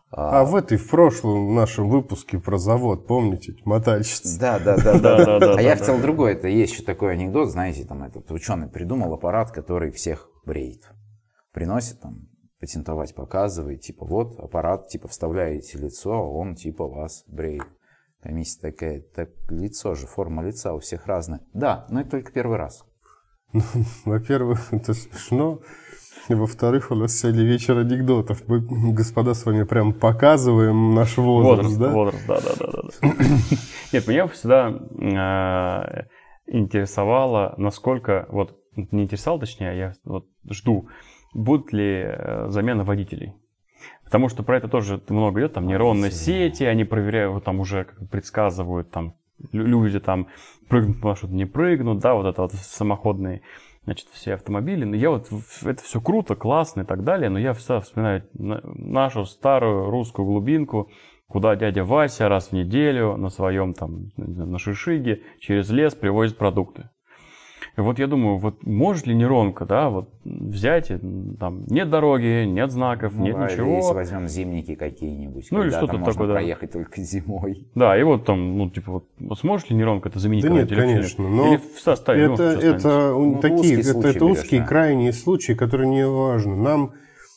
В прошлом нашем выпуске про завод, помните, мотальщица? Да. А я хотел другой. Это есть еще такой анекдот, знаете, там этот ученый придумал аппарат, который всех бреет. Приносит там, патентовать, показывает, типа вот аппарат, типа вставляете лицо, а он типа вас бреет. Комиссия такая, так лицо же, форма лица у всех разная. Да, но это только первый раз. Во-первых, это смешно. И во-вторых, у нас сегодня вечер анекдотов. Мы, господа, с вами прям показываем наш возраст, да? Возраст, да. Нет, меня всегда интересовало, насколько, вот не интересовало, точнее, я вот жду, будет ли замена водителей. Потому что про это тоже много идет, там нейронные сети, они проверяют, там уже предсказывают, там люди там прыгнут по маршруту, не прыгнут, да, вот это вот самоходные, значит, все автомобили. Но я вот, это все круто, классно и так далее, но я всегда вспоминаю нашу старую русскую глубинку, куда дядя Вася раз в неделю на своем там, на шишиге через лес привозит продукты. И вот я думаю, вот может ли нейронка, да, вот взять, там нет дороги, нет знаков, нет ничего. Если возьмем зимники какие-нибудь, ну, или когда что-то там можно такое, проехать только зимой. Да, и вот там, ну, типа, вот сможет ли нейронка это заменить? Да нет, конечно, но или в составе, это узкие крайние случаи, которые не важны. Нам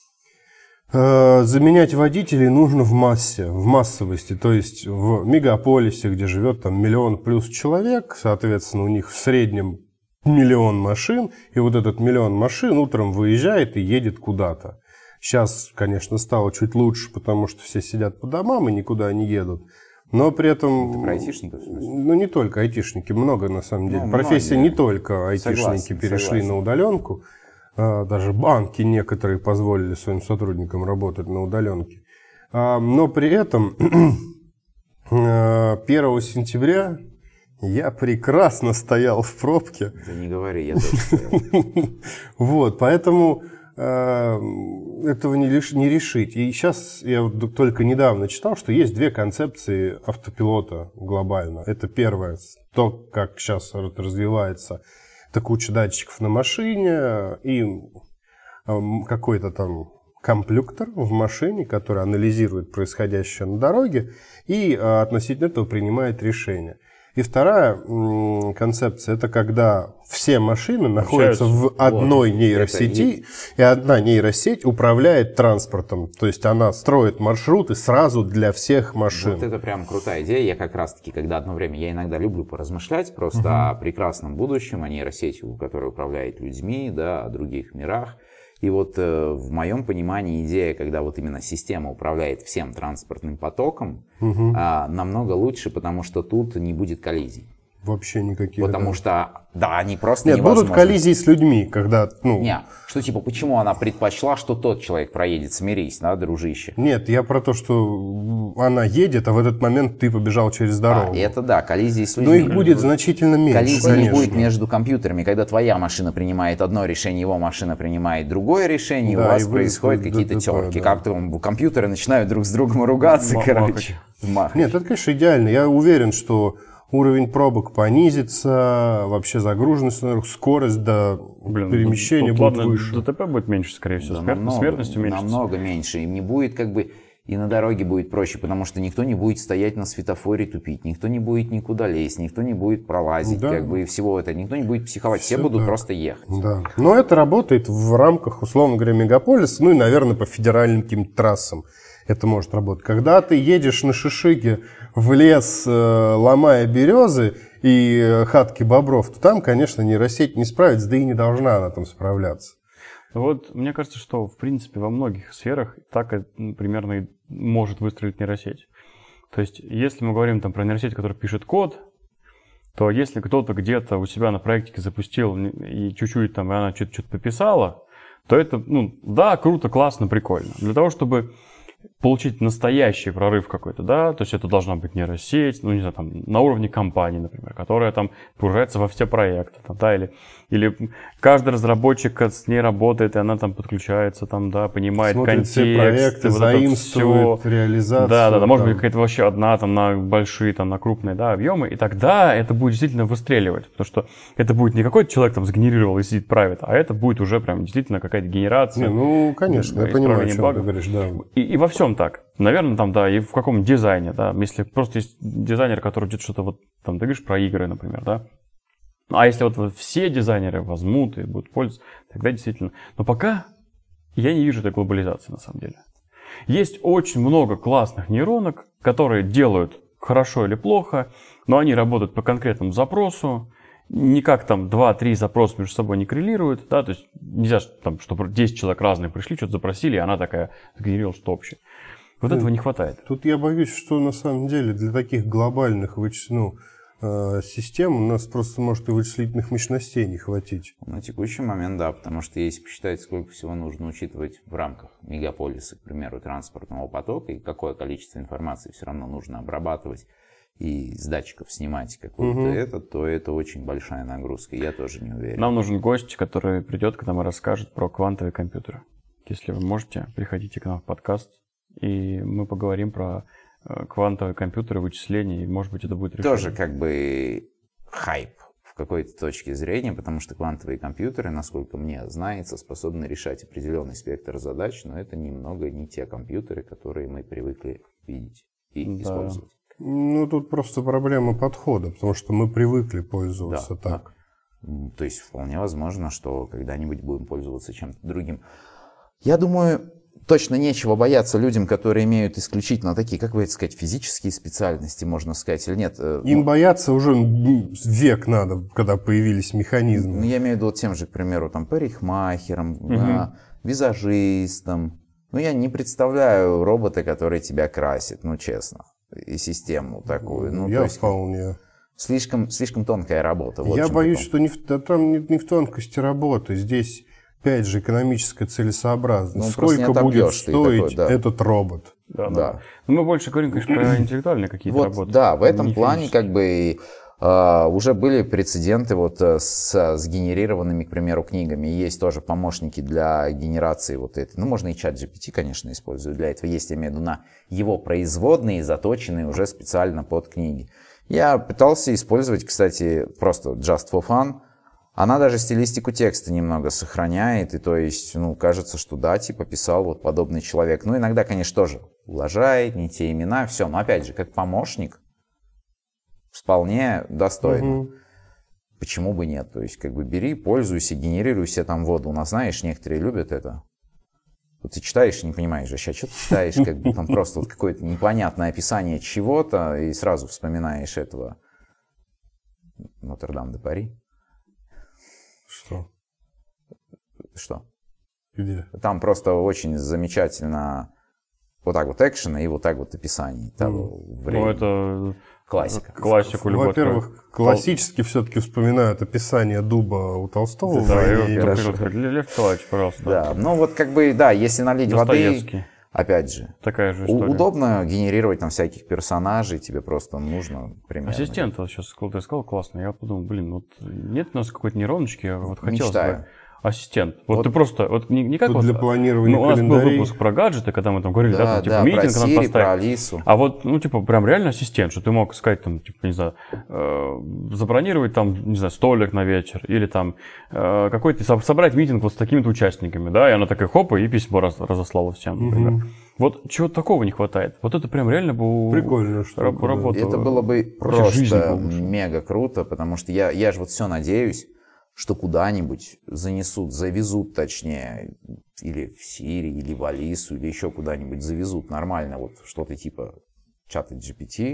заменять водителей нужно в массовости, то есть в мегаполисе, где живет там 1 миллион плюс человек, соответственно, у них в среднем 1 миллион машин, и вот этот 1 миллион машин утром выезжает и едет куда-то. Сейчас, конечно, стало чуть лучше, потому что все сидят по домам и никуда не едут. Но при этом... Это про айтишников, в смысле? Ну, не только айтишники, много на самом деле. Профессия не только айтишники перешли на удаленку. Даже банки некоторые позволили своим сотрудникам работать на удаленке. Но при этом 1 сентября я прекрасно стоял в пробке. Да не говори, я тоже стоял. Вот, поэтому этого не решить. И сейчас я вот только недавно читал, что есть 2 концепции автопилота глобально. Это первое, то, как сейчас развивается. Это куча датчиков на машине и какой-то там компьютер в машине, который анализирует происходящее на дороге и относительно этого принимает решения. И вторая концепция – это когда все машины находятся в одной нейросети, и одна нейросеть управляет транспортом. То есть она строит маршруты сразу для всех машин. Вот это прям крутая идея. Я как раз-таки, когда одно время, я иногда люблю поразмышлять просто о прекрасном будущем, о нейросети, которая управляет людьми, да, о других мирах. И вот в моем понимании идея, когда вот именно система управляет всем транспортным потоком, намного лучше, потому что тут не будет коллизий. Вообще никаких. Потому что, да, они просто Нет, невозможны. будут коллизии с людьми, когда, Нет, что типа, почему она предпочла, что тот человек проедет, смирись, да, дружище? Нет, я про то, что она едет, а в этот момент ты побежал через дорогу. Это да, коллизии с людьми. Но их будет значительно меньше, коллизии конечно. не будет между компьютерами, когда твоя машина принимает одно решение, его машина принимает другое решение, да, и у вас происходят какие-то терки. Как там компьютеры начинают друг с другом ругаться, короче. Нет, это, конечно, идеально. Я уверен, что уровень пробок понизится, вообще загруженность, скорость до перемещения будет выше. ДТП будет меньше, скорее всего, Да, смертностью меньше. Намного меньше. И не будет как бы и на дороге будет проще, потому что никто не будет стоять на светофоре тупить, никто не будет никуда лезть, никто не будет пролазить, Да. как бы и всего это, никто не будет психовать, все будут просто ехать. Да. Но это работает в рамках, условно говоря, мегаполиса, ну и, наверное, по федеральным каким-то трассам это может работать. Когда ты едешь на шишиге в лес, ломая березы и хатки бобров, то там, конечно, нейросеть не справится, да и не должна она там справляться. Вот мне кажется, что в принципе во многих сферах так примерно и может выстроить нейросеть. То есть, если мы говорим там про нейросеть, которая пишет код, то если кто-то где-то у себя на проектике запустил и чуть-чуть там, и она что-то пописала, то это, ну, да, круто, классно, прикольно. Для того, чтобы получить настоящий прорыв какой-то, да, то есть это должна быть нейросеть, ну, не знаю, там, на уровне компании, например, которая там погружается во все проекты, там, да, или каждый разработчик с ней работает, и она там подключается, там, да, понимает смотрит контекст, все проекты, вот заимствует реализацию. Да, может там. быть, какая-то вообще одна, там, на большие, там, на крупные, да, объемы, и тогда это будет действительно выстреливать, потому что это будет не какой-то человек там сгенерировал и сидит правит, а это будет уже прям действительно какая-то генерация. Не, ну, конечно, я понимаю, о чем багов. ты говоришь, да. И во всем так. Наверное, там, да, и в каком дизайне, да. Если просто есть дизайнер, который где-то что-то вот, там, ты говоришь про игры, например, да. А если вот все дизайнеры возьмут и будут пользоваться, тогда действительно. Но пока я не вижу этой глобализации, на самом деле. Есть очень много классных нейронок, которые делают хорошо или плохо, но они работают по конкретному запросу. Никак там 2-3 запроса между собой не коррелируют, да, то есть нельзя, там, чтобы 10 человек разных пришли, что-то запросили, и она такая сгенерировала что-то общее. Вот этого не хватает. Тут я боюсь, что на самом деле для таких глобальных систем у нас просто может и вычислительных мощностей не хватить. На текущий момент, да, потому что если посчитать, сколько всего нужно учитывать в рамках мегаполиса, к примеру, транспортного потока, и какое количество информации все равно нужно обрабатывать, и с датчиков снимать какую-то то это очень большая нагрузка, я тоже не уверен. Нам нужен гость, который придет к нам и расскажет про квантовые компьютеры. Если вы можете, приходите к нам в подкаст, и мы поговорим про квантовые компьютеры, вычисления, и, может быть, это будет решение. Тоже как бы хайп в какой-то точке зрения, потому что квантовые компьютеры, насколько мне знается, способны решать определенный спектр задач, но это немного не те компьютеры, которые мы привыкли видеть и использовать. Ну, тут просто проблема подхода, потому что мы привыкли пользоваться так. То есть вполне возможно, что когда-нибудь будем пользоваться чем-то другим. Я думаю, точно нечего бояться людям, которые имеют исключительно такие, как вы это сказать, физические специальности, можно сказать, или нет? Им бояться уже век надо, когда появились механизмы. Ну, я имею в виду вот тем же, к примеру, там, парикмахером, визажистом. Ну, я не представляю робота, который тебя красит, ну, честно. И систему такую. Ну, я вполне. Слишком тонкая работа. Вот я боюсь, что там не в тонкости работы. Здесь, опять же, экономическая целесообразность. Ну, сколько будет стоить такой, этот робот? Да. Но мы больше говорим, конечно, про интеллектуальные какие-то работы. Да, в этом плане как бы уже были прецеденты вот с сгенерированными, к примеру, книгами. Есть тоже помощники для генерации вот этой. Ну, можно и чат GPT, конечно, использовать для этого. Есть, я имею в виду, на его производные, заточенные уже специально под книги. Я пытался использовать, кстати, просто just for fun. Она даже стилистику текста немного сохраняет. И то есть, ну, кажется, что да, типа писал вот подобный человек. Ну, иногда, конечно, тоже улажает, не те имена, все. Но опять же, как помощник, вполне достойно. Почему бы нет? То есть, как бы бери, пользуйся, генерируй себе там воду. У нас, знаешь, некоторые любят это. Вот ты читаешь и не понимаешь, сейчас что ты читаешь, как бы там просто вот какое-то непонятное описание чего-то, и сразу вспоминаешь этого Нотр-Дам-де-Пари. Что? Где? Там просто очень замечательно вот так вот экшен и вот так вот описание того времени. Ну, это классика. Классику любой. Во-первых, классически все-таки вспоминают описание дуба у Толстого. Да, Лев Николаевич, пожалуйста. Да, ну вот как бы, да, если налить воды, опять же, такая же история. Удобно генерировать там всяких персонажей, тебе просто нужно примерно. Ассистент, вот сейчас ты сказал, классно, я подумал, блин, вот нет у нас какой-то нейроночки, вот хотелось бы. Ассистент. Вот ты просто, вот не как вот для планирования календарей. У нас был выпуск про гаджеты, когда мы там говорили, там, типа, митинг надо поставить. Про Алису. А вот, ну, типа, прям реально ассистент, что ты мог сказать, там, типа, не знаю, забронировать там, не знаю, столик на вечер, или там собрать митинг вот с такими-то участниками, да, и она такая, хопа, и письмо разослала всем, например. Вот чего-то такого не хватает. Вот это прям реально бы Прикольно, что работало. Это было бы жизнь просто была лучше. мега круто, потому что я же вот все надеюсь, что куда-нибудь завезут точнее, или в Сирии, или в Алису, или еще куда-нибудь завезут нормально вот что-то типа чата GPT,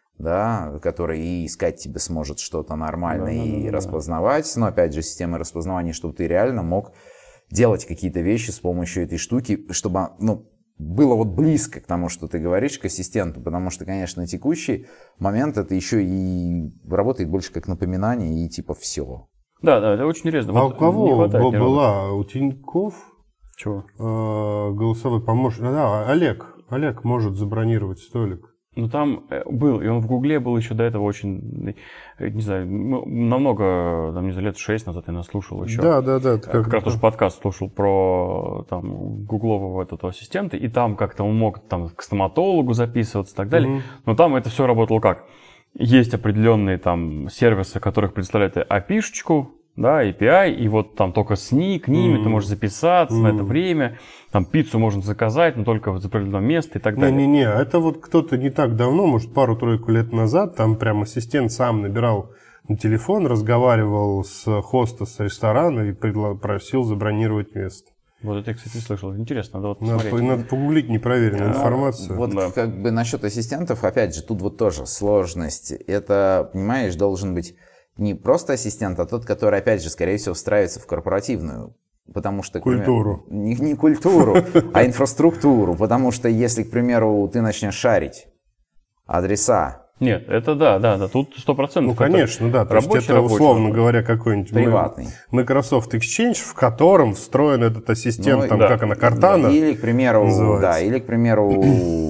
да, который и искать тебе сможет что-то нормально распознавать. Но опять же, система распознавания, чтобы ты реально мог делать какие-то вещи с помощью этой штуки, чтобы было вот близко к тому, что ты говоришь, к ассистенту, потому что, конечно, на текущий момент это еще и работает больше как напоминание и типа все. Да, это очень интересно. А Вот у кого не была? У Тинькофф Чего? Голосовой помощник. Да, Олег может забронировать столик. Ну, там был, и он в Гугле был еще до этого очень, не знаю, намного, там, не знаю, лет 6 назад я наслушал еще. Да. Как раз тоже подкаст слушал про там гуглового этого ассистента, и там как-то он мог там к стоматологу записываться и так далее. Но там это все работало как? Есть определенные там сервисы, которых представляют API-шечку, да, API, и вот там только к ними ты можешь записаться на это время, там пиццу можно заказать, но только в определенном месте и так далее. Не-не-не, это вот кто-то не так давно, может, пару-тройку лет назад, там прям ассистент сам набирал на телефон, разговаривал с хостес ресторана и просил забронировать место. Вот это я, кстати, слышал. Интересно, надо вот посмотреть. Надо погуглить непроверенную информацию. Вот как бы насчет ассистентов, опять же, тут вот тоже сложность. Это, понимаешь, должен быть не просто ассистент, а тот, который, опять же, скорее всего, встраивается в корпоративную. Потому что, культуру. Не культуру, а инфраструктуру. Потому что если, к примеру, ты начнешь шарить адреса. Нет, это да, тут 100%. Ну, конечно, да. То есть это, условно говоря, какой-нибудь приватный Microsoft Exchange, в котором встроен этот ассистент, там, как она, Cortana. Или, к примеру, называется. или, к примеру,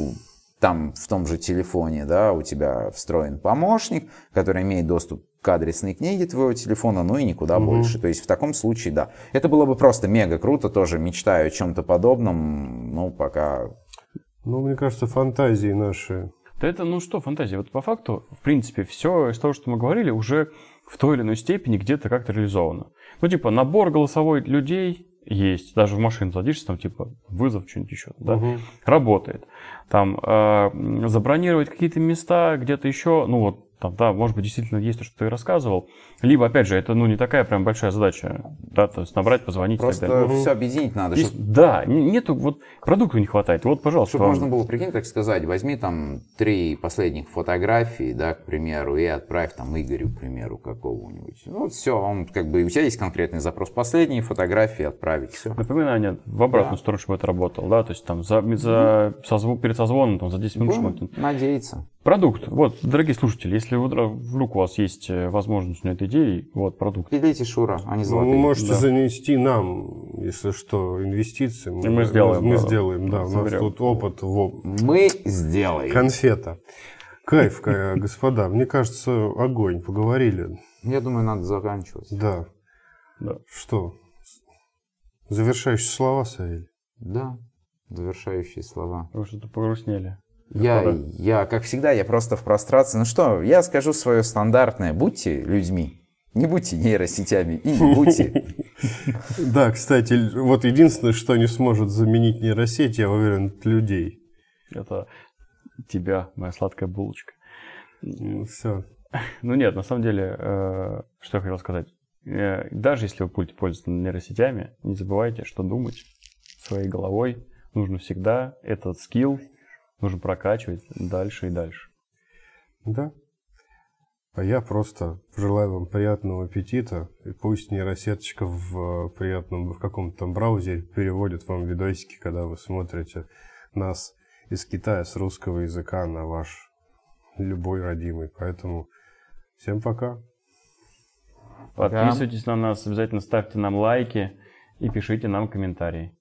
там в том же телефоне, да, у тебя встроен помощник, который имеет доступ к адресной книге твоего телефона, ну и никуда больше. То есть в таком случае, да. Это было бы просто мега круто, тоже мечтаю о чем-то подобном, ну, пока... Ну, мне кажется, фантазии наши... Да это, что фантазия? Вот по факту, в принципе, все из того, что мы говорили, уже в той или иной степени где-то как-то реализовано. Ну, типа, набор голосовой людей есть. Даже в машину садишься, там, типа, вызов, что-нибудь еще, да, работает. Там, забронировать какие-то места где-то еще, ну, вот, там, да, может быть, действительно есть то, что ты рассказывал. Либо, опять же, это, не такая прям большая задача, да, то есть набрать, позвонить просто и так далее. все объединить надо. Да, нету, вот, продукту не хватает. Вот, пожалуйста. Чтобы можно было, прикинь, так сказать, возьми там 3 последних фотографии, да, к примеру, и отправь там Игорю, к примеру, какого-нибудь. Ну, вот все, он как бы, у тебя есть конкретный запрос. Последние фотографии отправить, все. Напоминание в обратную сторону, чтобы это работало, да, то есть там перед созвоном, там, за 10 минут. Будем надеяться. Продукт. Вот, дорогие слушатели, если вдруг у вас есть возможность на этой идее, вот, продукт. Пилите, Шура, они золотые. Вы можете занести нам, если что, инвестиции. Мы сделаем. Мы сделаем, да. У нас тут опыт. Мы сделаем. Конфета. Кайф, господа. Мне кажется, огонь. Поговорили. Я думаю, надо заканчивать. Да. Что? Завершающие слова, Савелий? Да, завершающие слова. Вы что-то погрустнели. Я, как всегда, я просто в прострации. Ну что, я скажу свое стандартное. Будьте людьми. Не будьте нейросетями и не будьте. Да, кстати, вот единственное, что не сможет заменить нейросеть, я уверен, это людей. Это тебя, моя сладкая булочка. Все. Ну нет, на самом деле, что я хотел сказать. Даже если вы будете пользоваться нейросетями, не забывайте, что думать своей головой нужно всегда. Этот скилл нужно прокачивать дальше и дальше. Да. А я просто желаю вам приятного аппетита. И пусть нейросеточка в каком-то там браузере переводит вам видосики, когда вы смотрите нас из Китая с русского языка на ваш любой родимый. Поэтому всем пока. Подписывайтесь на нас, обязательно ставьте нам лайки и пишите нам комментарии.